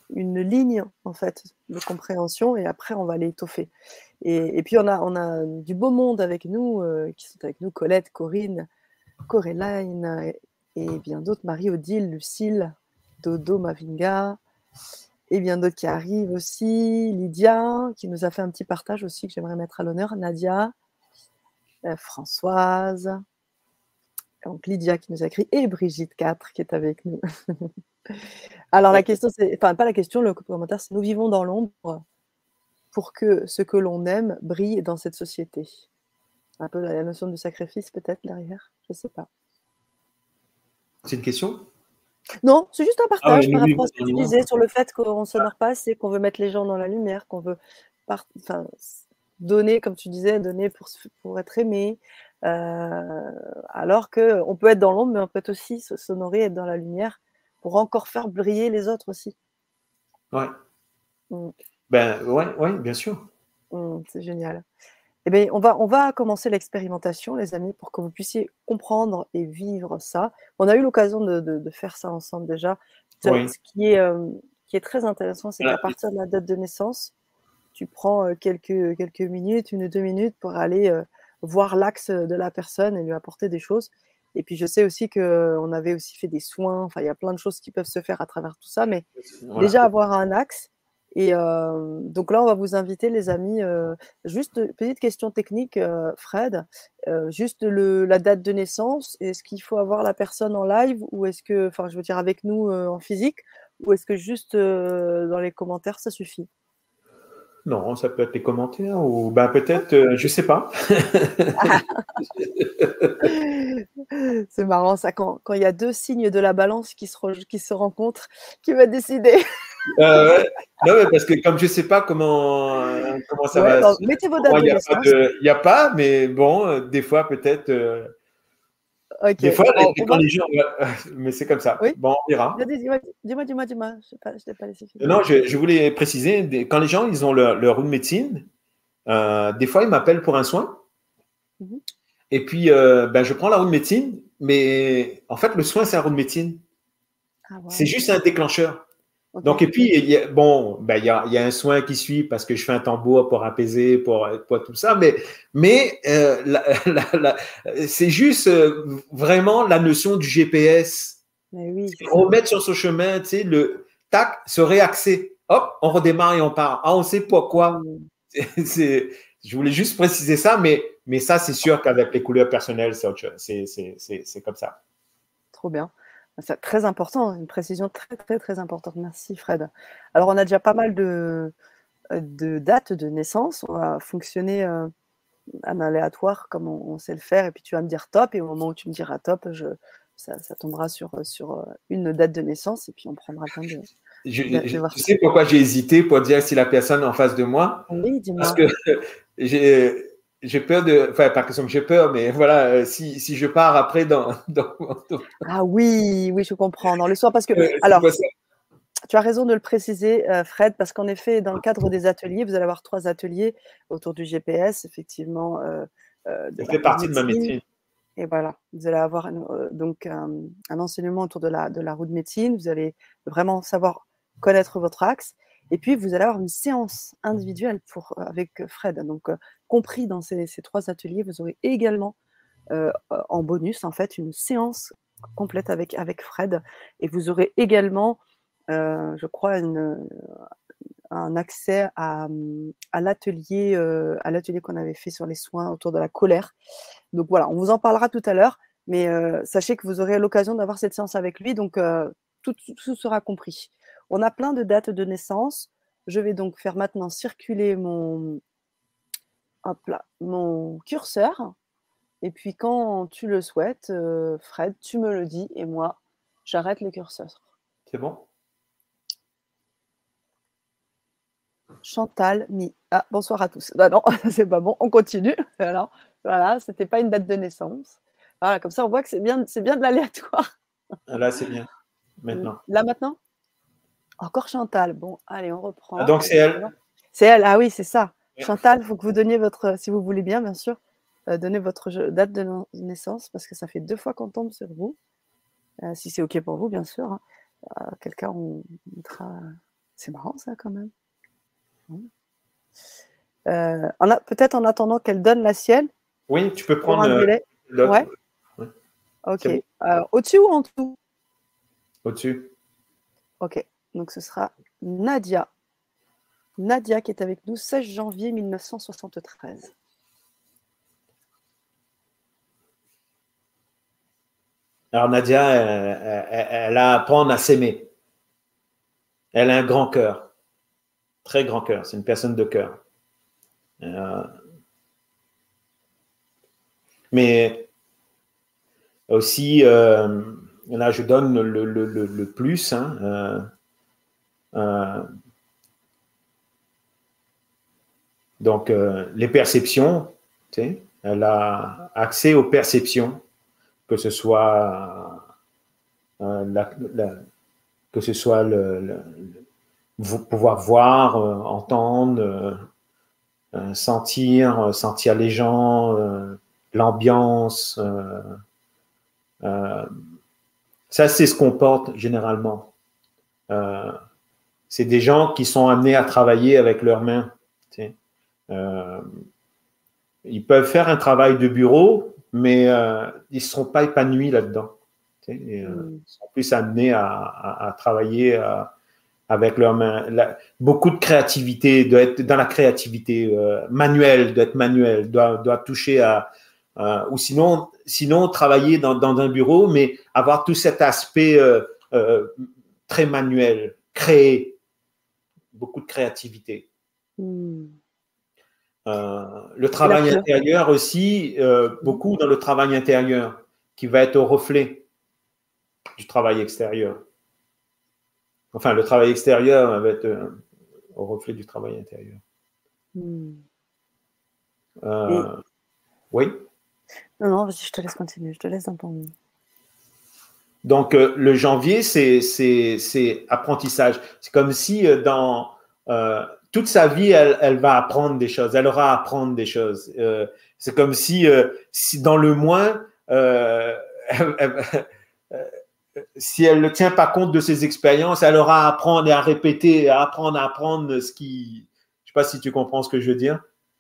une ligne en fait de compréhension et après on va l'étoffer. Et, et puis on a, on a du beau monde avec nous, euh, qui sont avec nous, Colette, Corinne, Coraline et, et bien d'autres, Marie-Odile, Lucille, Dodo, Mavinga, et bien d'autres qui arrivent aussi, Lydia, qui nous a fait un petit partage aussi que j'aimerais mettre à l'honneur, Nadia, euh, Françoise, donc Lydia qui nous a écrit, et Brigitte quatre qui est avec nous. Alors la question, c'est, enfin pas la question, le commentaire, c'est nous vivons dans l'ombre pour que ce que l'on aime brille dans cette société. Un peu la notion de sacrifice peut-être derrière, je ne sais pas. C'est une question? Non, c'est juste un partage ah, oui, par oui, rapport à ce que tu disais sur le fait qu'on ne s'honore pas assez, qu'on veut mettre les gens dans la lumière, qu'on veut par... enfin, donner, comme tu disais, donner pour, pour être aimé, euh, alors qu'on peut être dans l'ombre, mais on peut aussi s'honorer, être dans la lumière, pour encore faire briller les autres aussi. Ouais. Mm. Ben, ouais, ouais, bien sûr. Mm, c'est génial. Eh bien, on va, on va commencer l'expérimentation, les amis, pour que vous puissiez comprendre et vivre ça. On a eu l'occasion de, de, de faire ça ensemble déjà. Oui. Ce qui est, euh, qui est très intéressant, c'est Voilà. qu'à partir de la date de naissance, tu prends quelques, quelques minutes, une ou deux minutes pour aller euh, voir l'axe de la personne et lui apporter des choses. Et puis, je sais aussi qu'on avait aussi fait des soins. Enfin, il y a plein de choses qui peuvent se faire à travers tout ça, mais Voilà. déjà avoir un axe. Et euh, donc là, on va vous inviter, les amis, euh, juste petite question technique, euh, Fred, euh, juste le, la date de naissance. Est-ce qu'il faut avoir la personne en live ou est-ce que, enfin, je veux dire avec nous euh, en physique, ou est-ce que juste euh, dans les commentaires, ça suffit? Non, ça peut être les commentaires ou ben, peut-être, euh, je sais pas. C'est marrant ça, quand, quand il y a deux signes de la balance qui se, re, qui se rencontrent, qui va décider. Euh, ouais. Non, mais parce que comme je sais pas comment, euh, comment ça Ouais, va, bon, mettez vos dates il de n'y a pas naissance. de, il y a pas, mais bon, euh, des fois peut-être, euh, Ok, des fois bon, les, on quand va... les gens, mais c'est comme ça. Oui, Bon, on verra. dis-moi, dis-moi, dis-moi, dis-moi, je ne t'ai pas laissé finir. Non, je, je voulais préciser, des- quand les gens ils ont leur, leur roue de médecine, euh, des fois ils m'appellent pour un soin, Mm-hmm. et puis euh, ben je prends la roue de médecine, mais en fait le soin c'est un roue de médecine, Ah, wow. c'est juste un déclencheur. Okay. Donc, et puis, il y a, bon, ben, il y a, il y a un soin qui suit parce que je fais un tambour pour apaiser, pour, pour tout ça, mais, mais euh, la, la, la, c'est juste euh, vraiment la notion du G P S. Mais oui, c'est remettre sur son chemin, tu sais, le tac, se réaxer. Hop, on redémarre et on part. Ah, on sait pourquoi. Mm. C'est, c'est, je voulais juste préciser ça, mais, mais ça, c'est sûr qu'avec les couleurs personnelles, c'est autre chose. C'est, c'est, c'est, c'est comme ça. Trop bien. C'est très important, une précision très, très, très importante. Merci, Fred. Alors, on a déjà pas mal de, de dates de naissance. On va fonctionner euh, en aléatoire comme on, on sait le faire. Et puis, tu vas me dire top. Et au moment où tu me diras top, je, ça, ça tombera sur, sur une date de naissance. Et puis, on prendra le temps de, Je, de, je, de voir tu ça. sais pourquoi j'ai hésité pour dire si la personne en face de moi? Oui, dis-moi. Parce que j'ai, j'ai peur de. Enfin, pas que j'ai peur, mais voilà, si, si je pars après dans. dans, dans... Ah oui, oui, je comprends. Dans le soir, parce que. Euh, alors, tu as raison de le préciser, euh, Fred, parce qu'en effet, dans le cadre des ateliers, vous allez avoir trois ateliers autour du G P S, effectivement. Euh, euh, de Ça fait partie de ma médecine. Et voilà, vous allez avoir une, euh, donc un, un enseignement autour de la, de la roue de médecine. Vous allez vraiment savoir connaître votre axe. Et puis, vous allez avoir une séance individuelle pour, avec Fred. Donc, euh, compris dans ces, ces trois ateliers, vous aurez également euh, en bonus, en fait, une séance complète avec, avec Fred. Et vous aurez également, euh, je crois, une, un accès à, à l'atelier euh, à l'atelier qu'on avait fait sur les soins autour de la colère. Donc voilà, on vous en parlera tout à l'heure, mais euh, sachez que vous aurez l'occasion d'avoir cette séance avec lui, donc euh, tout, tout sera compris. On a plein de dates de naissance. Je vais donc faire maintenant circuler mon, hop là, mon curseur. Et puis quand tu le souhaites, euh, Fred, tu me le dis et moi, j'arrête le curseur. C'est bon? Chantal Mi. Ah, bonsoir à tous. Bah non, c'est pas bon, on continue. Alors, voilà, c'était pas une date de naissance. Voilà, comme ça, on voit que c'est bien, c'est bien de l'aléatoire. Là, c'est bien. Maintenant. Là, maintenant? Encore Chantal. Bon, allez, on reprend. Ah, donc, c'est elle. C'est elle, ah oui, c'est ça. Ouais. Chantal, il faut que vous donniez votre, si vous voulez bien, bien sûr, euh, donner votre date de naissance, parce que ça fait deux fois qu'on tombe sur vous. Euh, si c'est OK pour vous, bien sûr. Hein. Euh, quelqu'un, on mettra C'est marrant ça quand même. Euh, en a- peut-être en attendant qu'elle donne la sienne. Oui, tu peux Pour prendre un euh, délai. l'autre. Ouais. Ouais, Ok. c'est bon. Euh, au-dessus ou en dessous? Au-dessus. Ok. Donc ce sera Nadia. Nadia qui est avec nous seize janvier mille neuf cent soixante-treize. Alors Nadia, elle, elle, elle a à apprendre à s'aimer. Elle a un grand cœur, très grand cœur. C'est une personne de cœur. Euh, mais aussi, euh, là, je donne le, le, le, le plus. Hein, euh, euh, donc, euh, les perceptions, tu sais, elle a accès aux perceptions, que ce soit, euh, la, la, que ce soit le, le, le pouvoir voir, euh, entendre, euh, euh, sentir, euh, sentir les gens, euh, l'ambiance. Euh, euh, ça, c'est ce qu'on porte généralement. Euh, c'est des gens qui sont amenés à travailler avec leurs mains. Tu sais. Euh, ils peuvent faire un travail de bureau, mais euh, ils ne seront pas épanouis là-dedans. Tu sais. Et, euh, Mm. ils sont plus amenés à, à, à travailler à, avec leurs mains. La, beaucoup de créativité, doit être dans la créativité euh, manuelle, doit être manuel, doit, doit toucher à, euh, ou sinon, sinon travailler dans, dans un bureau, mais avoir tout cet aspect euh, euh, très manuel, créer, beaucoup de créativité. Mm. Euh, le Et la travail couleur. intérieur aussi, euh, beaucoup dans le travail intérieur, qui va être au reflet du travail extérieur. Enfin, le travail extérieur va être euh, au reflet du travail intérieur. Mm. Euh, Et... Oui. Non, non, vas-y, je te laisse continuer, je te laisse dans ton... Donc, euh, le janvier, c'est, c'est, c'est apprentissage. C'est comme si euh, dans euh, toute sa vie, elle, elle va apprendre des choses. Elle aura à apprendre des choses. Euh, c'est comme si, euh, si dans le moins, euh, si elle ne tient pas compte de ses expériences, elle aura à apprendre et à répéter, à apprendre, à apprendre ce qui... Je ne sais pas si tu comprends ce que je veux dire.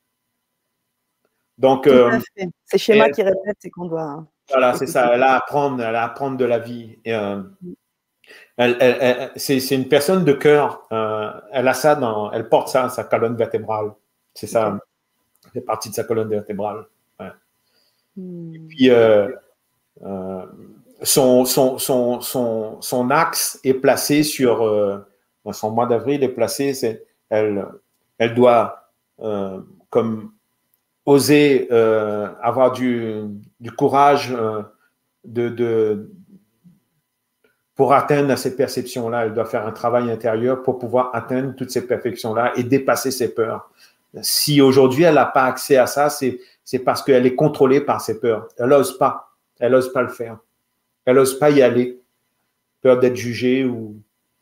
Donc, Tout euh, à fait. Ces schémas qui répètent, c'est qu'on doit... voilà, c'est écouter. ça. Elle a à apprendre, elle a à apprendre de la vie. Et, euh, Elle, elle, elle, c'est, c'est une personne de cœur. Euh, elle a ça dans, elle porte ça dans sa colonne vertébrale. C'est ça, Okay. c'est partie de sa colonne vertébrale. Ouais. Hmm. Et puis euh, euh, son, son, son, son, son axe est placé sur euh, son mois d'avril est placé. C'est, elle, elle doit euh, comme oser euh, avoir du, du courage euh, de, de pour atteindre ces perceptions-là, elle doit faire un travail intérieur pour pouvoir atteindre toutes ces perfections-là et dépasser ses peurs. Si aujourd'hui elle n'a pas accès à ça, c'est, c'est parce qu'elle est contrôlée par ses peurs. Elle n'ose pas. Elle n'ose pas le faire. Elle n'ose pas y aller. Peur d'être jugée ou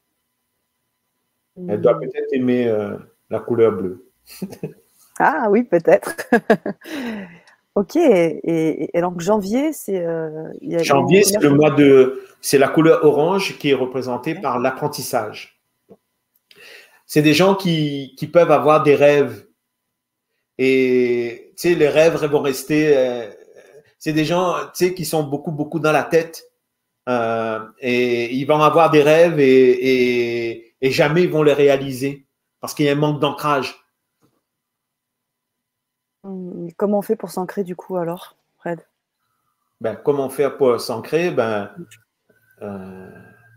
elle doit peut-être aimer euh, la couleur bleue. Ah oui, peut-être. Ok. Et, et donc janvier, c'est euh, il y a une Janvier, c'est couleur. le mois de, c'est la couleur orange qui est représentée par l'apprentissage. C'est des gens qui, qui peuvent avoir des rêves. Et tu sais, les rêves vont rester. Euh, c'est des gens, tu sais, qui sont beaucoup, beaucoup dans la tête. Euh, et ils vont avoir des rêves et, et, et jamais ils vont les réaliser parce qu'il y a un manque d'ancrage. Comment on fait pour s'ancrer du coup alors, Fred? Ben, comment faire pour s'ancrer? Ben, euh,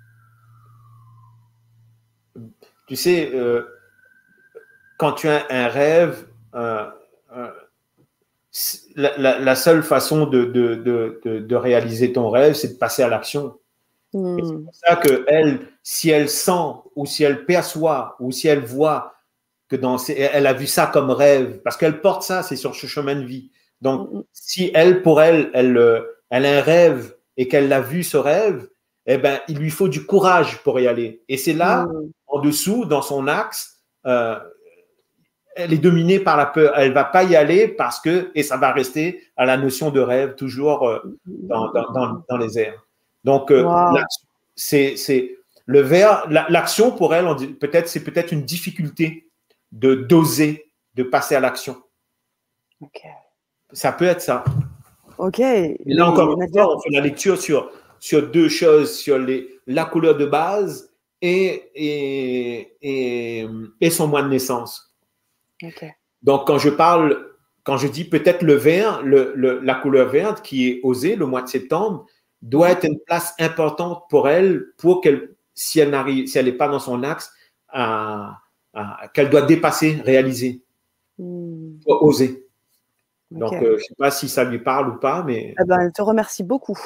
tu sais, euh, quand tu as un rêve, euh, euh, la, la, la seule façon de, de, de, de, de réaliser ton rêve, c'est de passer à l'action. Et c'est pour ça que elle, si elle sent ou si elle perçoit ou si elle voit que dans ses, elle a vu ça comme rêve, parce qu'elle porte ça, c'est sur ce chemin de vie. Donc, Mm-mm. si elle, pour elle, elle, elle a un rêve et qu'elle l'a vu ce rêve, eh ben, il lui faut du courage pour y aller. Et c'est là, Mm. en dessous, dans son axe, euh, elle est dominée par la peur. Elle va pas y aller parce que, et ça va rester à la notion de rêve toujours euh, dans, dans, dans, dans les airs. Donc, euh, Wow. là, c'est, c'est, Le vert, l'action pour elle, peut-être, c'est peut-être une difficulté de d'oser, de passer à l'action. Okay. Ça peut être ça. Ok. Et là, mais, encore une fois, on fait la lecture sur, sur deux choses, sur les, la couleur de base et, et, et, et son mois de naissance. Okay. Donc, quand je parle, quand je dis peut-être le vert, le, le, la couleur verte qui est osée, le mois de septembre, doit être une place importante pour elle, pour qu'elle, si elle n'arrive, si elle n'est pas dans son axe, à, à, qu'elle doit dépasser, réaliser, mm. oser. Okay. Donc, euh, je ne sais pas si ça lui parle ou pas, mais… Eh ben, elle te remercie beaucoup.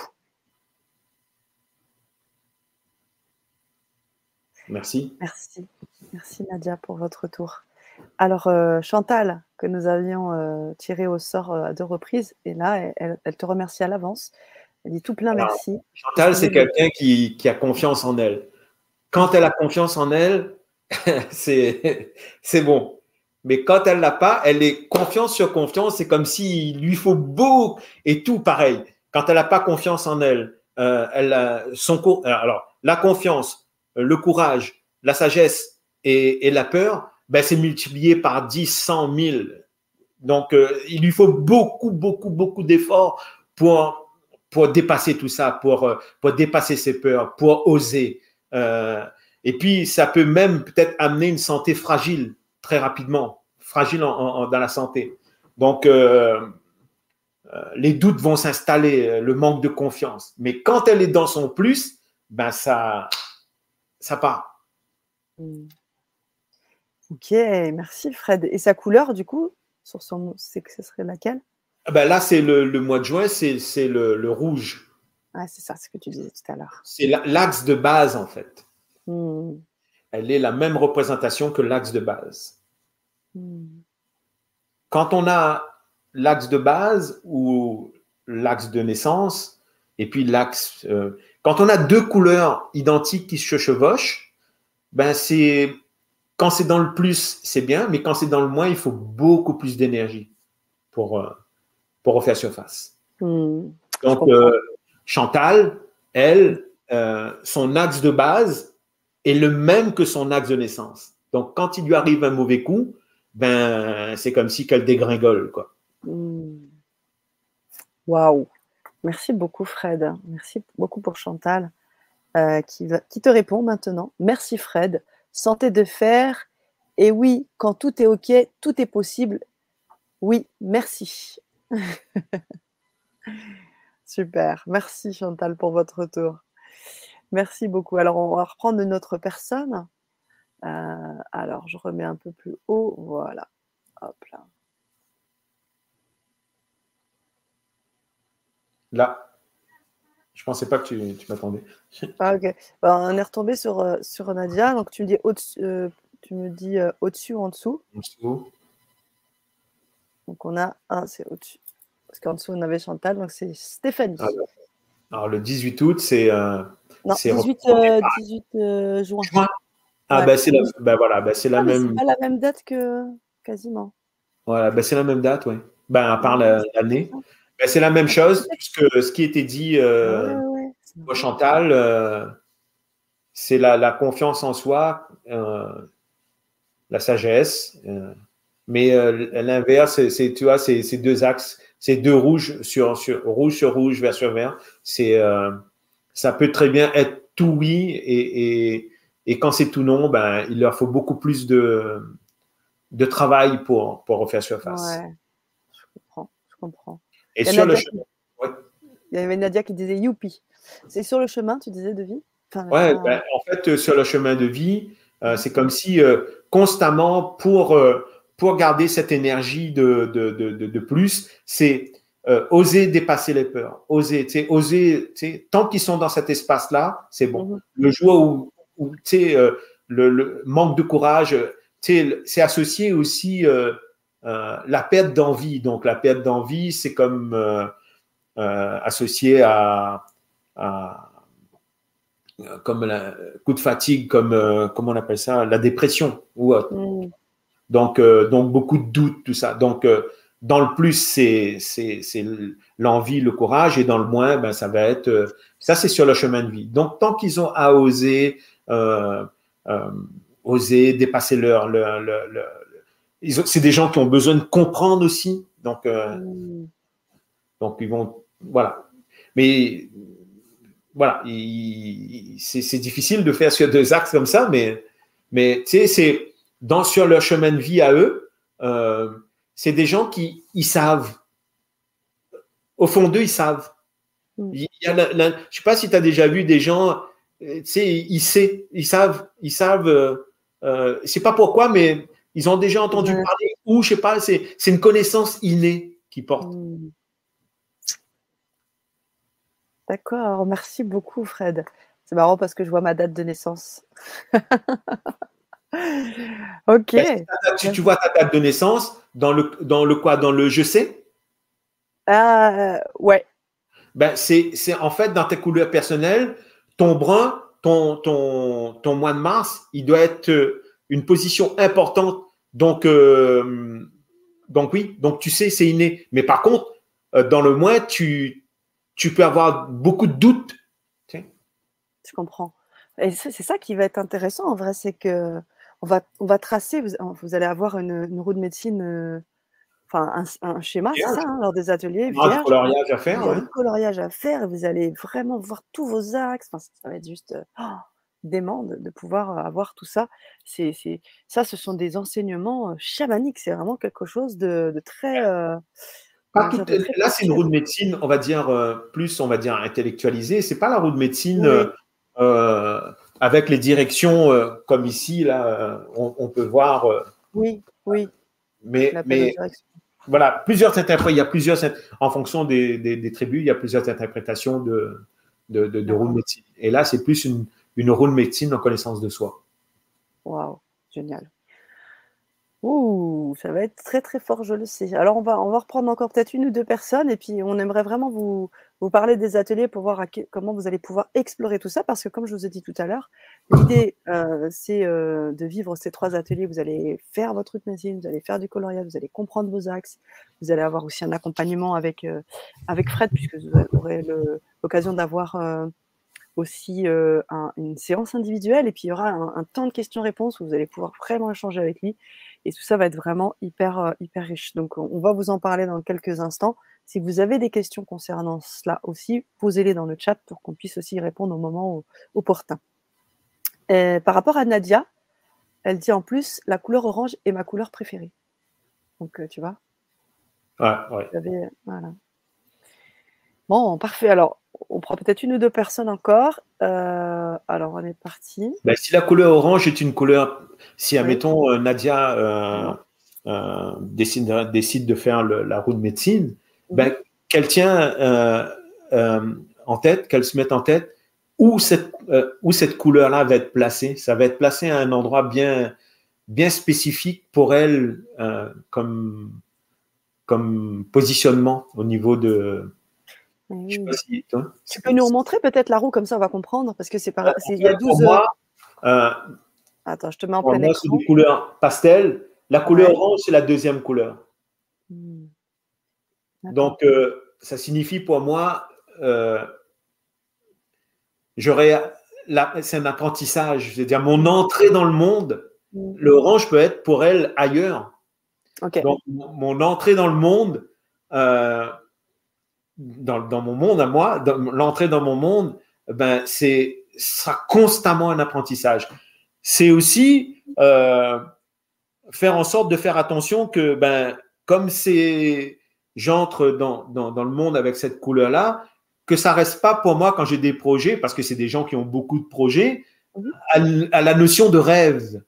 Merci. Merci. Merci Nadia pour votre retour. Alors, euh, Chantal, que nous avions euh, tiré au sort euh, à deux reprises, et là, elle, elle te remercie à l'avance. Elle dit tout plein Alors, merci. Chantal, c'est quelqu'un qui, qui a confiance en elle. Quand elle a confiance en elle, c'est bon. Mais quand elle l'a pas, elle est confiance sur confiance. C'est comme s'il lui faut beau et tout pareil. Quand elle n'a pas confiance en elle, euh, elle a son alors la confiance, le courage, la sagesse et, et la peur, ben, c'est multiplié par dix, cent, mille. Donc, euh, il lui faut beaucoup, beaucoup, beaucoup d'efforts pour pour dépasser tout ça, pour pour dépasser ses peurs, pour oser. Euh, et puis, ça peut même peut-être amener une santé fragile très rapidement, fragile en, en, dans la santé. Donc, euh, euh, les doutes vont s'installer, le manque de confiance. Mais quand elle est dans son plus, ben ça, ça part. Mm. Ok, merci Fred. Et sa couleur, du coup, sur son, c'est que ce serait laquelle? Ben là, c'est le, le mois de juin, c'est le, le rouge. Ah, c'est ça, ce que tu disais tout à l'heure. C'est l'axe de base, en fait. Mm. Elle est la même représentation que l'axe de base. Mm. Quand on a l'axe de base ou l'axe de naissance, et puis l'axe… Euh, quand on a deux couleurs identiques qui se chevauchent, ben c'est… Quand c'est dans le plus, c'est bien, mais quand c'est dans le moins, il faut beaucoup plus d'énergie pour, euh, pour refaire surface. Mm. Donc, euh, Chantal, elle, euh, son axe de base est le même que son axe de naissance. Donc, quand il lui arrive un mauvais coup, ben, c'est comme si qu'elle dégringole, quoi. Waouh! Merci beaucoup, Fred. Merci beaucoup pour Chantal, euh, qui, va, qui te répond maintenant. Merci, Fred. Santé de fer. Et oui, quand tout est OK, tout est possible. Oui, merci. Super. Merci, Chantal, pour votre retour. Merci beaucoup. Alors, on va reprendre notre personne. Euh, alors, je remets un peu plus haut. Voilà. Hop là. Là. Je ne pensais pas que tu, tu m'attendais. Ah, ok. Ben, on est retombé sur, euh, sur Nadia. Donc, tu me dis au-dessus, euh, tu me dis euh, au-dessus ou en dessous? En dessous. Donc, on a un, c'est au-dessus. Parce qu'en dessous, on avait Chantal. Donc, c'est Stéphanie. Alors, alors, le dix-huit août, c'est… Euh, non, dix-huit, euh, dix-huit euh, juin. juin. Ah, ouais. ben c'est la, ben voilà, ben c'est la ah, même. C'est pas la même date que quasiment. Voilà, ben c'est la même date, oui. Ben, à part l'année. Ben, c'est la même chose, puisque ce qui était dit euh, ouais, ouais, au Chantal, euh, c'est la, la confiance en soi, euh, la sagesse. Euh, mais euh, l'inverse, c'est, tu vois, c'est deux axes, c'est deux rouges sur, sur rouge sur rouge, vert sur vert. C'est, euh, ça peut très bien être tout oui, et, et, et quand c'est tout non, ben, il leur faut beaucoup plus de, de travail pour, pour refaire surface. Ouais, je comprends, je comprends. Et sur le chemin, qui... ouais. Il y avait Nadia qui disait youpi. C'est sur le chemin, tu disais, de vie? Enfin, ouais, pas... ben, en fait, sur le chemin de vie, euh, c'est comme si euh, constamment, pour, euh, pour garder cette énergie de, de, de, de, de plus, c'est euh, oser dépasser les peurs. Oser, tu sais, oser, tu sais, tant qu'ils sont dans cet espace-là, c'est bon. Mm-hmm. Le jour où, où tu sais, euh, le, le manque de courage, tu sais, c'est associé aussi euh, euh, la perte d'envie. Donc, la perte d'envie, c'est comme euh, euh, associé à, à comme un coup de fatigue, comme euh, comment on appelle ça, la dépression ou autre. Mm. Donc, euh, donc beaucoup de doutes, tout ça. Donc, euh, dans le plus, c'est c'est l'envie, le courage, et dans le moins, ben ça va être euh, ça, c'est sur le chemin de vie. Donc, tant qu'ils ont à oser, euh, euh, oser dépasser leur, leur, leur, leur ils ont, c'est des gens qui ont besoin de comprendre aussi. Donc, euh, Mm. donc ils vont, voilà. Mais voilà, il, il, c'est, c'est difficile de faire sur deux axes comme ça, mais, mais tu sais, c'est dans sur leur chemin de vie à eux, euh, c'est des gens qui ils savent. Au fond d'eux, ils savent. Mm. Il y a la, la, je ne sais pas si tu as déjà vu des gens, tu sais, ils, ils, ils savent, ils savent, euh, euh, je ne sais pas pourquoi, mais ils ont déjà entendu Ouais. parler, ou je ne sais pas, c'est, c'est une connaissance innée qu'ils portent. Mm. D'accord, merci beaucoup Fred. C'est marrant parce que je vois ma date de naissance. Ok. Ben, tu, tu vois ta date de naissance dans le, dans le quoi? Dans le je sais? Ah, ouais. Ben, c'est, c'est en fait dans tes couleurs personnelles, ton brun, ton, ton, ton mois de mars, il doit être une position importante. Donc, euh, donc oui, donc tu sais, c'est inné. Mais par contre, euh, dans le mois, tu, tu peux avoir beaucoup de doutes. Tu sais. Je comprends. Et c'est, c'est ça qui va être intéressant en vrai, c'est que on va, on va tracer, vous, vous allez avoir une, une roue de médecine, euh, enfin un, un schéma, c'est ça, hein, lors des ateliers Ah, du vierge. coloriage à Il faire, y a ouais. du coloriage à faire et vous allez vraiment voir tous vos axes. Enfin, ça va être juste euh, oh, dément de, de pouvoir avoir tout ça. C'est, c'est, ça, ce sont des enseignements euh, chamaniques. C'est vraiment quelque chose de, de très, euh, Pas comment tout, dire, de très là, c'est une roue précieux. de médecine, on va dire, euh, plus, on va dire, intellectualisée. C'est pas la roue de médecine euh, Oui, euh, avec les directions euh, comme ici, là, euh, on, on peut voir. Euh, oui, oui. mais, L'appel aux mais directions. voilà, plusieurs interprétations. Il y a plusieurs, en fonction des, des, des tribus, il y a plusieurs interprétations de, de, de, de roue de médecine. Et là, c'est plus une, une roue de médecine en connaissance de soi. Waouh, génial. Ouh, ça va être très très fort, je le sais. Alors on va on va reprendre encore peut-être une ou deux personnes et puis on aimerait vraiment vous vous parler des ateliers pour voir à que, comment vous allez pouvoir explorer tout ça parce que comme je vous ai dit tout à l'heure, l'idée euh, c'est euh, de vivre ces trois ateliers. Vous allez faire votre route médecine, vous allez faire du coloriage, vous allez comprendre vos axes, vous allez avoir aussi un accompagnement avec euh, avec Fred puisque vous aurez le, l'occasion d'avoir euh, aussi euh, un, une séance individuelle et puis il y aura un, un temps de questions-réponses où vous allez pouvoir vraiment échanger avec lui et tout ça va être vraiment hyper, euh, hyper riche. Donc on, on va vous en parler dans quelques instants. Si vous avez des questions concernant cela aussi, posez-les dans le chat pour qu'on puisse aussi y répondre au moment opportun. Et par rapport à Nadia, elle dit en plus la couleur orange est ma couleur préférée. Donc euh, tu vois. Ouais, ouais. Vous avez, voilà. Bon, parfait. Alors, on prend peut-être une ou deux personnes encore. Euh, alors, on est parti. Ben, si la couleur orange est une couleur, si, Oui. admettons, euh, Nadia euh, euh, décide, décide de faire le, la roue de médecine, ben, Mhm. qu'elle tient euh, euh, en tête, qu'elle se mette en tête où cette, euh, où cette couleur-là va être placée. Ça va être placé à un endroit bien, bien spécifique pour elle euh, comme, comme positionnement au niveau de. Je sais Oui. pas si toi. Tu peux nous remontrer peut-être la roue, comme ça on va comprendre, parce que c'est par... c'est- il y a Pour douze. moi, euh, Attends, je te mets en pour plein moi, c'est écran. des couleurs pastel. La couleur Ouais. orange, c'est la deuxième couleur. Hmm. D'accord. Donc, euh, ça signifie pour moi, euh, j'aurais, la- c'est un apprentissage. C'est-à-dire, mon entrée dans le monde, Hmm. l'orange peut être pour elle ailleurs. Ok. Donc, mon entrée dans le monde, euh, dans, dans mon monde à moi, dans, l'entrée dans mon monde, ben, c'est, sera constamment un apprentissage. C'est aussi euh, faire en sorte de faire attention que, ben, comme c'est, j'entre dans, dans, dans le monde avec cette couleur-là, que ça reste pas pour moi quand j'ai des projets, parce que c'est des gens qui ont beaucoup de projets, Mhm. à, à la notion de rêve.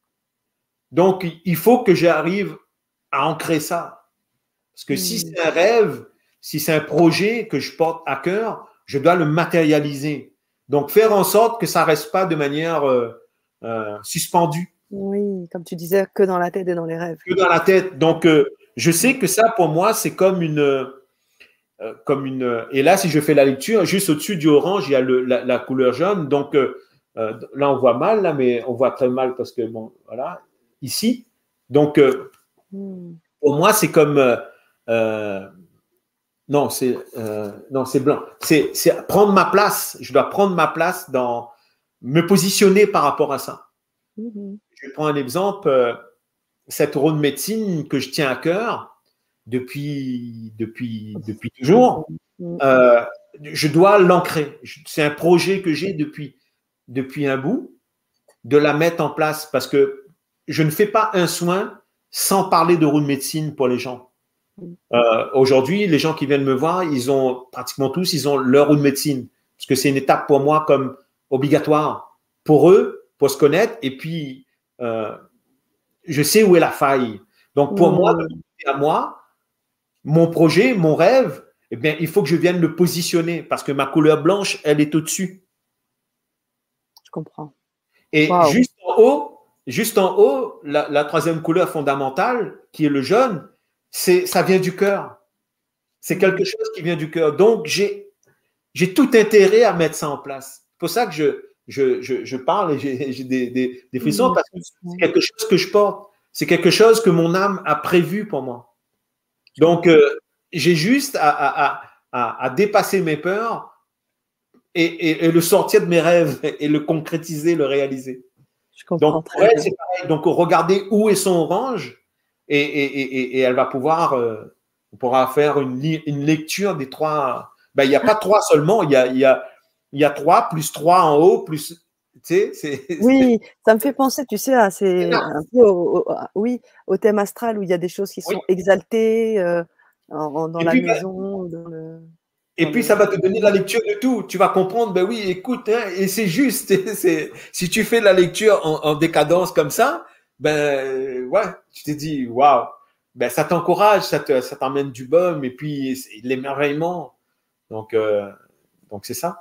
Donc, il faut que j'arrive à ancrer ça. Parce que si Hmm. c'est un rêve, si c'est un projet que je porte à cœur, je dois le matérialiser. Donc, faire en sorte que ça reste pas de manière euh, euh, suspendue. Oui, comme tu disais, que dans la tête et dans les rêves. Que dans la tête. Donc, euh, je sais que ça, pour moi, c'est comme une, euh, comme une. Et là, si je fais la lecture, juste au-dessus du orange, il y a le, la, la couleur jaune. Donc, euh, euh, là, on voit mal, là, mais on voit très mal parce que, bon, voilà, ici. Donc, euh, Hmm. pour moi, c'est comme. Euh, euh, non, c'est euh, non, c'est blanc. C'est, c'est prendre ma place. Je dois prendre ma place dans, me positionner par rapport à ça. Mmh. Je prends un exemple, euh, cette roue de médecine que je tiens à cœur depuis, depuis, depuis toujours, Mmh. euh, je dois l'ancrer. C'est un projet que j'ai depuis, depuis un bout, de la mettre en place parce que je ne fais pas un soin sans parler de roue de médecine pour les gens. Euh, aujourd'hui, les gens qui viennent me voir, ils ont pratiquement tous, ils ont leur roue de médecine parce que c'est une étape pour moi comme obligatoire pour eux, pour se connaître et puis euh, je sais où est la faille. Donc pour moi, Mmh. à moi, mon projet, mon rêve, eh bien, il faut que je vienne le positionner parce que ma couleur blanche, elle est au-dessus. Je comprends. Et Waouh! juste en haut, juste en haut, la, la troisième couleur fondamentale, qui est le jaune, c'est, ça vient du cœur. C'est quelque chose qui vient du cœur. Donc, j'ai, j'ai tout intérêt à mettre ça en place. C'est pour ça que je, je, je, je parle et j'ai, j'ai des, des, des frissons Mmh, parce que c'est quelque chose que je porte. C'est quelque chose que mon âme a prévu pour moi. Donc, euh, j'ai juste à, à, à, à dépasser mes peurs et, et, et le sortir de mes rêves et le concrétiser, le réaliser. Je comprends Donc, très pour elle, bien. c'est pareil. Donc, regardez où est son orange et, et, et, et elle va pouvoir, euh, on pourra faire une, une lecture des trois. Ben, il n'y a pas trois seulement, il y a, il y, a, il y a trois plus trois en haut, plus. Tu sais, c'est. Oui, ça me fait penser, tu sais, à c'est un peu au, au, oui, au thème astral où il y a des choses qui Oui. sont exaltées euh, en, dans Et la puis, ben, maison, dans le, et dans puis, le, ça va te donner la lecture de tout. Tu vas comprendre, ben oui, écoute, hein, et c'est juste. C'est, si tu fais la lecture en, en décadence comme ça, ben ouais, tu t'es dit, waouh, ben ça t'encourage, ça, te, ça t'emmène du baume, et puis l'émerveillement. Donc, euh, donc c'est ça.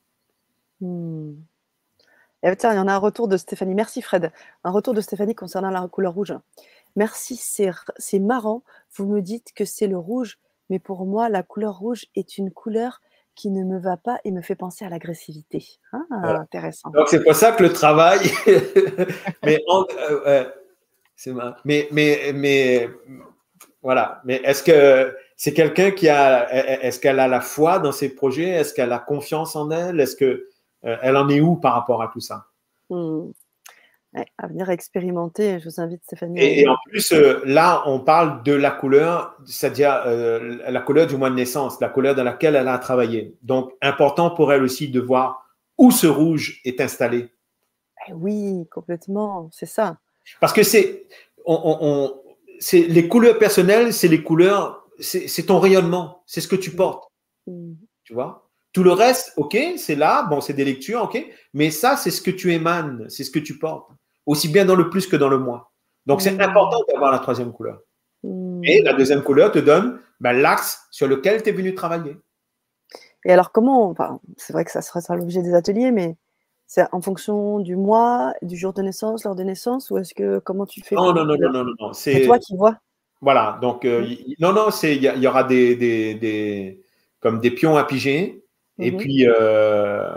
Hmm. Et tiens, il y en a un retour de Stéphanie. Merci Fred. Un retour de Stéphanie concernant la couleur rouge. Merci, c'est, c'est marrant. Vous me dites que c'est le rouge, mais pour moi, la couleur rouge est une couleur qui ne me va pas et me fait penser à l'agressivité. Ah, Voilà. intéressant. Donc, c'est pour ça que le travail. mais, en, euh, euh, c'est marrant. mais, mais, mais, voilà. Mais est-ce que c'est quelqu'un qui a. Est-ce qu'elle a la foi dans ses projets? Est-ce qu'elle a confiance en elle? Est-ce que. Euh, elle en est où par rapport à tout ça? Hmm. Ouais, à venir expérimenter. Je vous invite, Stéphanie, à Et, et venir. en plus, euh, là, on parle de la couleur, c'est-à-dire euh, la couleur du mois de naissance, la couleur dans laquelle elle a travaillé. Donc, important pour elle aussi de voir où ce rouge est installé. Eh oui, complètement, c'est ça. Parce que c'est, on, on, on, c'est les couleurs personnelles, c'est les couleurs, c'est, c'est ton rayonnement, c'est ce que tu portes, Mm. tu vois. Tout le reste, ok, c'est là, bon, c'est des lectures, ok, mais ça, c'est ce que tu émanes, c'est ce que tu portes, aussi bien dans le plus que dans le moins. Donc, c'est Mm. important d'avoir la troisième couleur. Mm. Et la deuxième couleur te donne ben, l'axe sur lequel tu es venu travailler. Et alors, comment, enfin, c'est vrai que ça sera l'objet des ateliers, mais c'est en fonction du mois, du jour de naissance, l'heure de naissance, ou est-ce que, comment tu fais Non, pour... non, non, non, non, non, non. C'est toi C'est, qui vois. voilà, donc, euh, Mm. y, non, non, c'est, il y, y, aura des, des, des, comme des pions à piger, et Mm-hmm. puis, euh,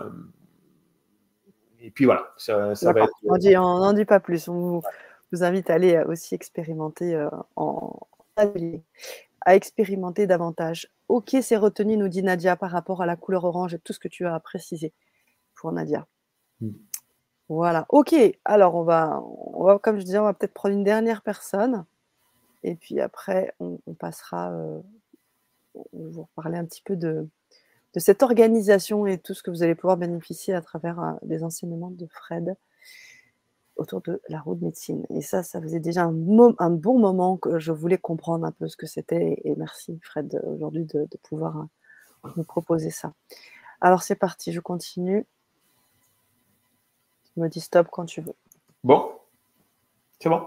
et puis voilà, ça, ça va D'accord, être. on dit, n'en dit pas plus. On vous, vous invite à aller aussi expérimenter euh, en atelier, à expérimenter davantage. Ok, c'est retenu, nous dit Nadia, par rapport à la couleur orange et tout ce que tu as précisé pour Nadia. Mm. Voilà, ok. Alors, on va, on va, comme je disais, on va peut-être prendre une dernière personne. Et puis après, on, on passera, euh, on va vous parler un petit peu de, de cette organisation et tout ce que vous allez pouvoir bénéficier à travers euh, les enseignements de Fred autour de la roue de médecine. Et ça, ça faisait déjà un, mo- un bon moment que je voulais comprendre un peu ce que c'était. Et merci Fred aujourd'hui de, de pouvoir euh, nous proposer ça. Alors c'est parti, je continue. Tu me dis stop quand tu veux. Bon, c'est bon.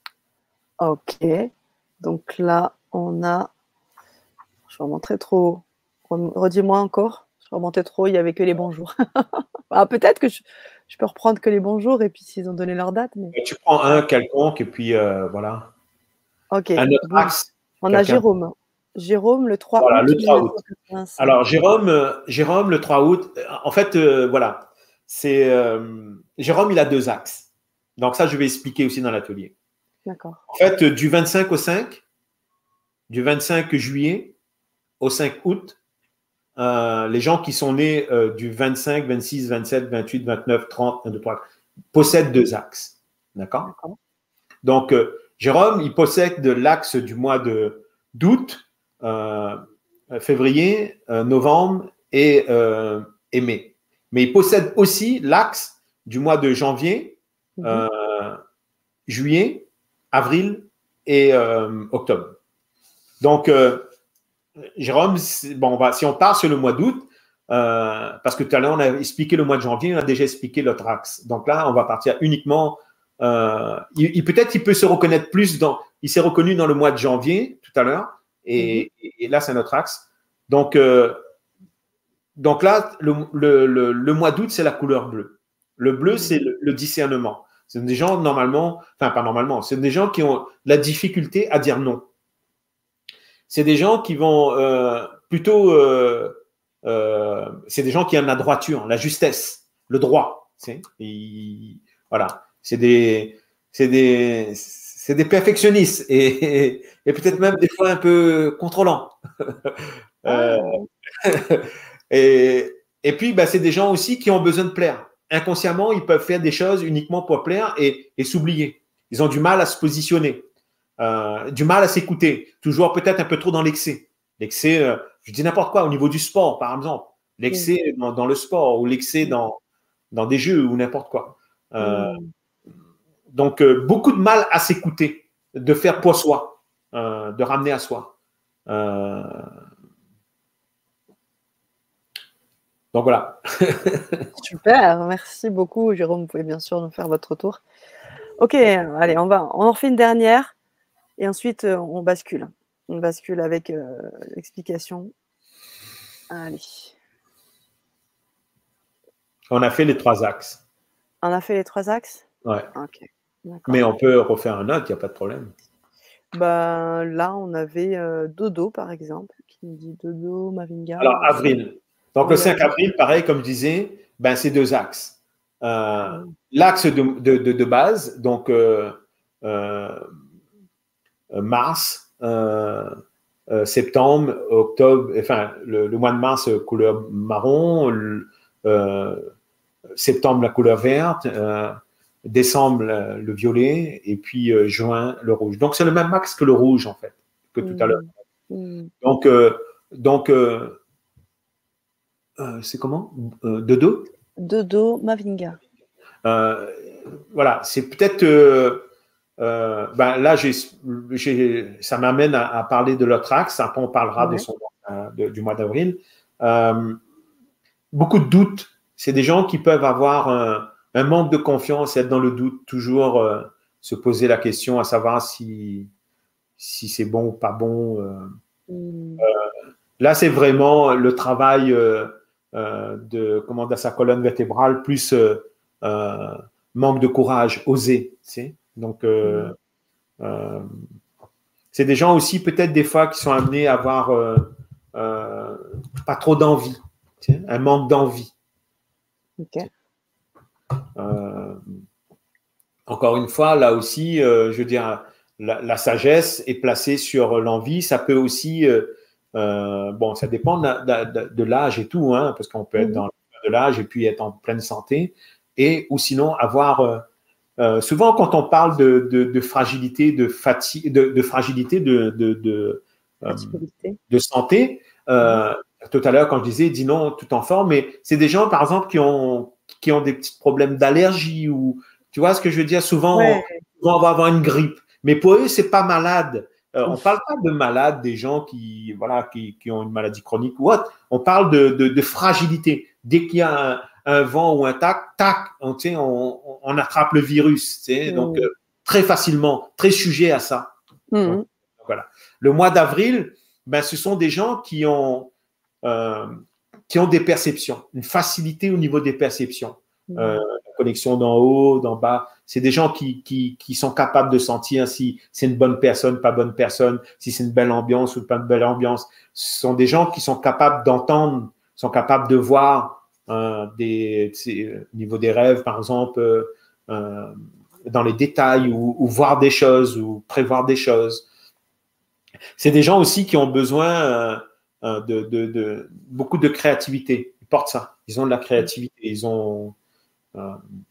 Ok. Donc là, on a... Je vais remonter trop haut. Redis-moi encore. Je remontais trop, il n'y avait que les bonjours. Ah, peut-être que je, je peux reprendre que les bonjours et puis s'ils ont donné leur date. Mais... Et tu prends un quelconque, et puis euh, voilà. Ok. Un autre Bon. axe. On a Quelqu'un. Jérôme. Jérôme, le trois Voilà, août le trois août. mille neuf cent quatre-vingt-cinq. Alors, Jérôme, euh, Jérôme, le trois août, euh, en fait, euh, voilà, c'est euh, Jérôme, il a deux axes. Donc, ça, je vais expliquer aussi dans l'atelier. D'accord. En fait, euh, du vingt-cinq au cinq, du vingt-cinq juillet au cinq août, euh, les gens qui sont nés euh, du vingt-cinq, vingt-six, vingt-sept, vingt-huit, vingt-neuf, trente, un, deux, trois, possèdent deux axes. D'accord? D'accord. Donc, euh, Jérôme, il possède l'axe du mois de, d'août, euh, février, euh, novembre et, euh, et mai. Mais il possède aussi l'axe du mois de janvier, euh, mm-hmm. juillet, avril et euh, octobre. Donc, euh, Jérôme, bon, on va, si on part sur le mois d'août, euh, parce que tout à l'heure, on a expliqué le mois de janvier, on a déjà expliqué l'autre axe. Donc là, on va partir uniquement. Euh, il, il, peut-être qu'il peut se reconnaître plus dans. Il s'est reconnu dans le mois de janvier tout à l'heure, et, mm-hmm. et, et là, c'est notre axe. Donc, euh, donc là, le, le, le, le mois d'août, c'est la couleur bleue. Le bleu, mm-hmm. c'est le, le discernement. C'est des gens, normalement, enfin, pas normalement, c'est des gens qui ont la difficulté à dire non. C'est des gens qui vont euh, plutôt. Euh, euh, c'est des gens qui aiment la droiture, la justesse, le droit. Et, voilà. C'est des, c'est des, c'est des perfectionnistes et, et, et peut-être même des fois un peu contrôlants. euh, et, et puis, bah, c'est des gens aussi qui ont besoin de plaire. Inconsciemment, ils peuvent faire des choses uniquement pour plaire et, et s'oublier. Ils ont du mal à se positionner, euh, du mal à s'écouter, toujours peut-être un peu trop dans l'excès. L'excès, euh, je dis n'importe quoi, au niveau du sport, par exemple. L'excès mmh. dans, dans le sport ou l'excès dans, dans des jeux ou n'importe quoi. Euh, mmh. Donc, euh, beaucoup de mal à s'écouter, de faire pour soi, euh, de ramener à soi. Euh, donc, voilà. Super, merci beaucoup, Jérôme. Vous pouvez bien sûr nous faire votre retour. Ok, allez, on va, on en refait une dernière et ensuite euh, on bascule. On bascule avec euh, l'explication. Allez. On a fait les trois axes. On a fait les trois axes? Ouais. Ok. Mais on peut refaire un autre, il n'y a pas de problème. Ben, là, on avait euh, Dodo, par exemple, qui nous dit Dodo, Mavinga. Alors, avril. Donc, oui, le cinq avril, pareil, comme je disais, ben, c'est deux axes. Euh, oui. L'axe de, de, de, de base, donc euh, euh, mars, euh, euh, septembre, octobre, enfin, le, le mois de mars, couleur marron, le, euh, septembre, la couleur verte, euh, décembre, le violet, et puis euh, juin, le rouge. Donc, c'est le même axe que le rouge, en fait, que tout mmh. à l'heure. Mmh. Donc, euh, donc euh, euh, c'est comment euh, Dodo Dodo, Mavinga. Euh, voilà, c'est peut-être. Euh, euh, ben là, j'ai, j'ai, ça m'amène à, à parler de l'autre axe. Après, on parlera ouais. de son, euh, de, du mois d'avril. Euh, beaucoup de doutes. C'est des gens qui peuvent avoir un, un manque de confiance, être dans le doute, toujours euh, se poser la question à savoir si, si c'est bon ou pas bon. Euh, mm. euh, là, c'est vraiment le travail euh, euh, de comment dire, sa colonne vertébrale, plus euh, euh, manque de courage, oser. Tu sais? Donc, euh, mm. euh, c'est des gens aussi, peut-être des fois, qui sont amenés à avoir euh, euh, pas trop d'envie, tu sais? Un manque d'envie. Okay. Euh, encore une fois, là aussi, euh, je veux dire, la, la sagesse est placée sur l'envie. Ça peut aussi, euh, euh, bon, ça dépend de, de, de l'âge et tout, hein, parce qu'on peut être dans de l'âge et puis être en pleine santé, et ou sinon avoir. Euh, euh, souvent, quand on parle de, de, de fragilité, de fatigue, de, de fragilité, de de, de, euh, de santé. Euh, mmh. Tout à l'heure, quand je disais, dis non, tout en forme, mais c'est des gens, par exemple, qui ont qui ont des petits problèmes d'allergie ou tu vois ce que je veux dire. Souvent, ouais. on, on va avoir une grippe, mais pour eux, c'est pas malade. Euh, on parle pas de malades, des gens qui voilà qui, qui ont une maladie chronique ou autre. On parle de, de, de fragilité. Dès qu'il y a un, un vent ou un tac, tac, on, tu sais, on, on attrape le virus. Tu sais, mmh. Donc euh, très facilement, très sujet à ça. Mmh. Donc, voilà. Le mois d'avril, ben ce sont des gens qui ont euh, qui ont des perceptions, une facilité au niveau des perceptions. Mmh. Euh, la connexion d'en haut, d'en bas. C'est des gens qui, qui, qui sont capables de sentir si c'est une bonne personne, pas bonne personne, si c'est une belle ambiance ou pas une belle ambiance. Ce sont des gens qui sont capables d'entendre, sont capables de voir euh, des, au niveau des rêves, par exemple, euh, euh, dans les détails ou, ou voir des choses ou prévoir des choses. C'est des gens aussi qui ont besoin... Euh, euh, de, de, de, beaucoup de créativité. Ils portent ça. Ils ont de la créativité. Ils ont, euh,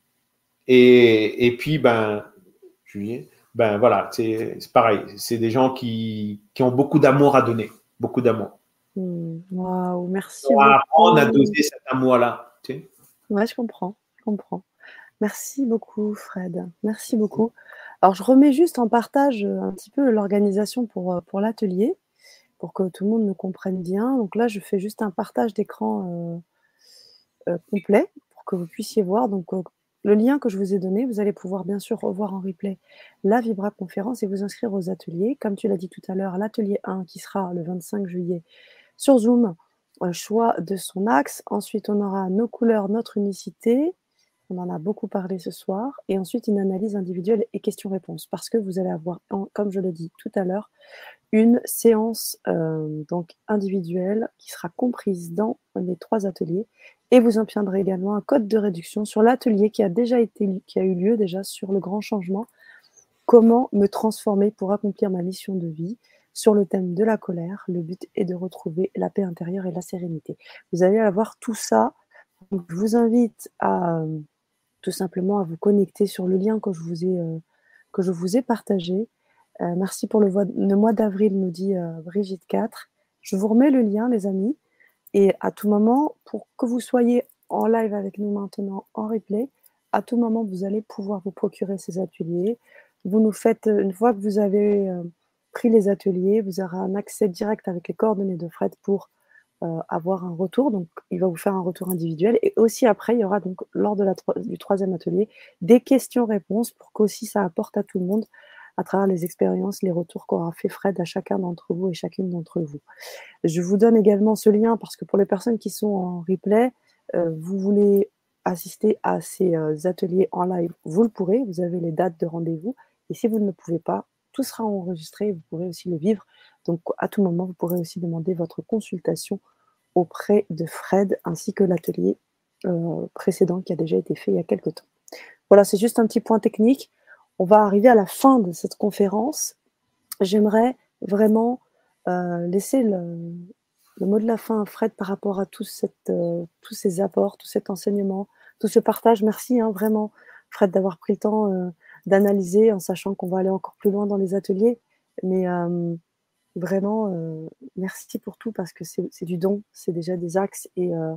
et, et puis, ben, Juillet, ben voilà, c'est pareil. C'est des gens qui, qui ont beaucoup d'amour à donner. Beaucoup d'amour. Mmh. Waouh, merci On va apprendre à beaucoup. doser cet amour-là. Tu sais. Ouais, je comprends, je comprends. Merci beaucoup, Fred. Merci beaucoup. Alors, je remets juste en partage euh, un petit peu l'organisation pour, euh, pour l'atelier, pour que tout le monde me comprenne bien. Donc là, je fais juste un partage d'écran euh, euh, complet pour que vous puissiez voir. Donc, euh, le lien que je vous ai donné, vous allez pouvoir bien sûr revoir en replay la Vibra conférence et vous inscrire aux ateliers. Comme tu l'as dit tout à l'heure, l'atelier un qui sera le vingt-cinq juillet sur Zoom, euh, choix de son axe. Ensuite, on aura nos couleurs, notre unicité. On en a beaucoup parlé ce soir. Et ensuite, une analyse individuelle et questions-réponses. Parce que vous allez avoir, comme je le dis tout à l'heure, une séance euh, donc individuelle qui sera comprise dans les trois ateliers. Et vous obtiendrez également un code de réduction sur l'atelier qui a déjà été, qui a eu lieu déjà sur le grand changement. Comment me transformer pour accomplir ma mission de vie sur le thème de la colère. Le but est de retrouver la paix intérieure et la sérénité. Vous allez avoir tout ça. Donc, je vous invite à euh, tout simplement à vous connecter sur le lien que je vous ai, euh, que je vous ai partagé. Euh, merci pour le, le mois d'avril, nous dit euh, Brigitte quatre. Je vous remets le lien, les amis. Et à tout moment, pour que vous soyez en live avec nous maintenant, en replay, à tout moment, vous allez pouvoir vous procurer ces ateliers. Vous nous faites, une fois que vous avez euh, pris les ateliers, vous aurez un accès direct avec les coordonnées de Fred pour euh, avoir un retour. Donc, il va vous faire un retour individuel. Et aussi après, il y aura donc, lors de la, du troisième atelier, des questions-réponses pour qu'aussi ça apporte à tout le monde à travers les expériences, les retours qu'aura fait Fred à chacun d'entre vous et chacune d'entre vous. Je vous donne également ce lien parce que pour les personnes qui sont en replay, euh, vous voulez assister à ces euh, ateliers en live, vous le pourrez, vous avez les dates de rendez-vous. Et si vous ne le pouvez pas, tout sera enregistré, vous pourrez aussi le vivre. Donc à tout moment, vous pourrez aussi demander votre consultation auprès de Fred ainsi que l'atelier euh, précédent qui a déjà été fait il y a quelques temps. Voilà, c'est juste un petit point technique. On va arriver à la fin de cette conférence. J'aimerais vraiment euh, laisser le, le mot de la fin à Fred par rapport à tout cette, euh, tous ces apports, tout cet enseignement, tout ce partage. Merci hein, vraiment, Fred, d'avoir pris le temps euh, d'analyser en sachant qu'on va aller encore plus loin dans les ateliers. Mais euh, vraiment, euh, merci pour tout parce que c'est du don, c'est déjà des axes et, euh,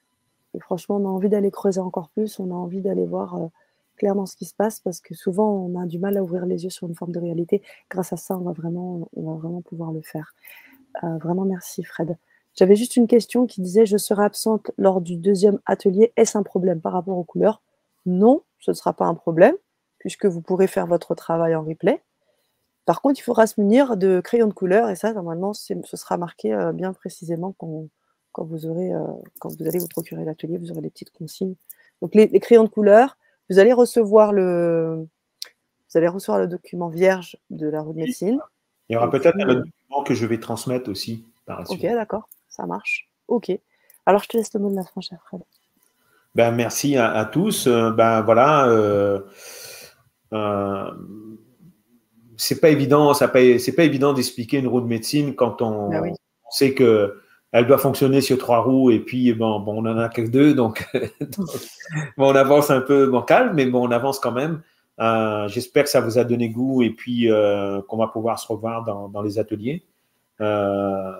et franchement, on a envie d'aller creuser encore plus, on a envie d'aller voir euh, clairement ce qui se passe parce que souvent, on a du mal à ouvrir les yeux sur une forme de réalité. Grâce à ça, on va vraiment, on va vraiment pouvoir le faire. Euh, vraiment, merci Fred. J'avais juste une question qui disait « Je serai absente lors du deuxième atelier. Est-ce un problème par rapport aux couleurs ?» Non, ce ne sera pas un problème puisque vous pourrez faire votre travail en replay. Par contre, il faudra se munir de crayons de couleur et ça, normalement, ce sera marqué euh, bien précisément quand, quand, vous aurez, euh, quand vous allez vous procurer l'atelier, vous aurez des petites consignes. Donc, les, les crayons de couleur, vous allez recevoir le, vous allez recevoir le document vierge de la roue de médecine. Il y aura peut-être un autre document que je vais transmettre aussi par la suite. Ok, d'accord, ça marche. Ok. Alors, je te laisse le mot de la fin, cher Fred. Ben, merci à, à tous. Euh, ben voilà. Euh, euh, c'est pas évident, ça pas, c'est pas évident d'expliquer une roue de médecine quand on, Ben oui. on sait que elle doit fonctionner sur trois roues et puis bon, bon on en a que deux, donc, donc bon, on avance un peu bon, calme, mais bon, on avance quand même. Euh, J'espère que ça vous a donné goût et puis euh, qu'on va pouvoir se revoir dans, dans les ateliers. Euh,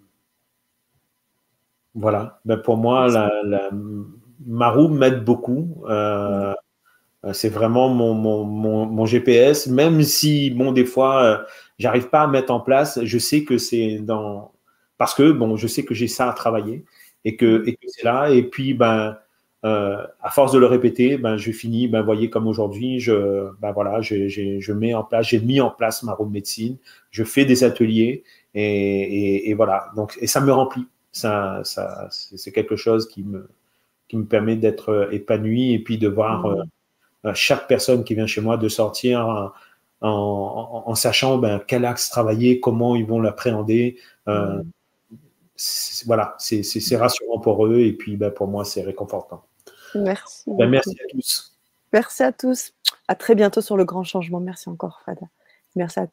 voilà. Ben, pour moi, la, la, ma roue m'aide beaucoup. Euh, ouais. C'est vraiment mon, mon, mon, mon G P S, même si, bon, des fois, euh, j'arrive pas à mettre en place, je sais que c'est dans... Parce que, bon, je sais que j'ai ça à travailler et que, et que c'est là. Et puis, ben, euh, à force de le répéter, ben, je finis, ben, voyez, comme aujourd'hui, je, ben, voilà, je, je, je mets en place, j'ai mis en place ma roue de médecine, je fais des ateliers et, et, et voilà. Donc, et ça me remplit. Ça, ça, c'est quelque chose qui me, qui me permet d'être épanoui et puis de voir... Mmh. Euh, chaque personne qui vient chez moi de sortir en, en, en sachant ben, quel axe travailler, comment ils vont l'appréhender. Euh, mmh. Voilà, c'est rassurant pour eux et puis ben, pour moi, c'est réconfortant. Merci. Ben, merci à tous. Merci à tous. À très bientôt sur le grand changement. Merci encore, Fred. Merci à tous.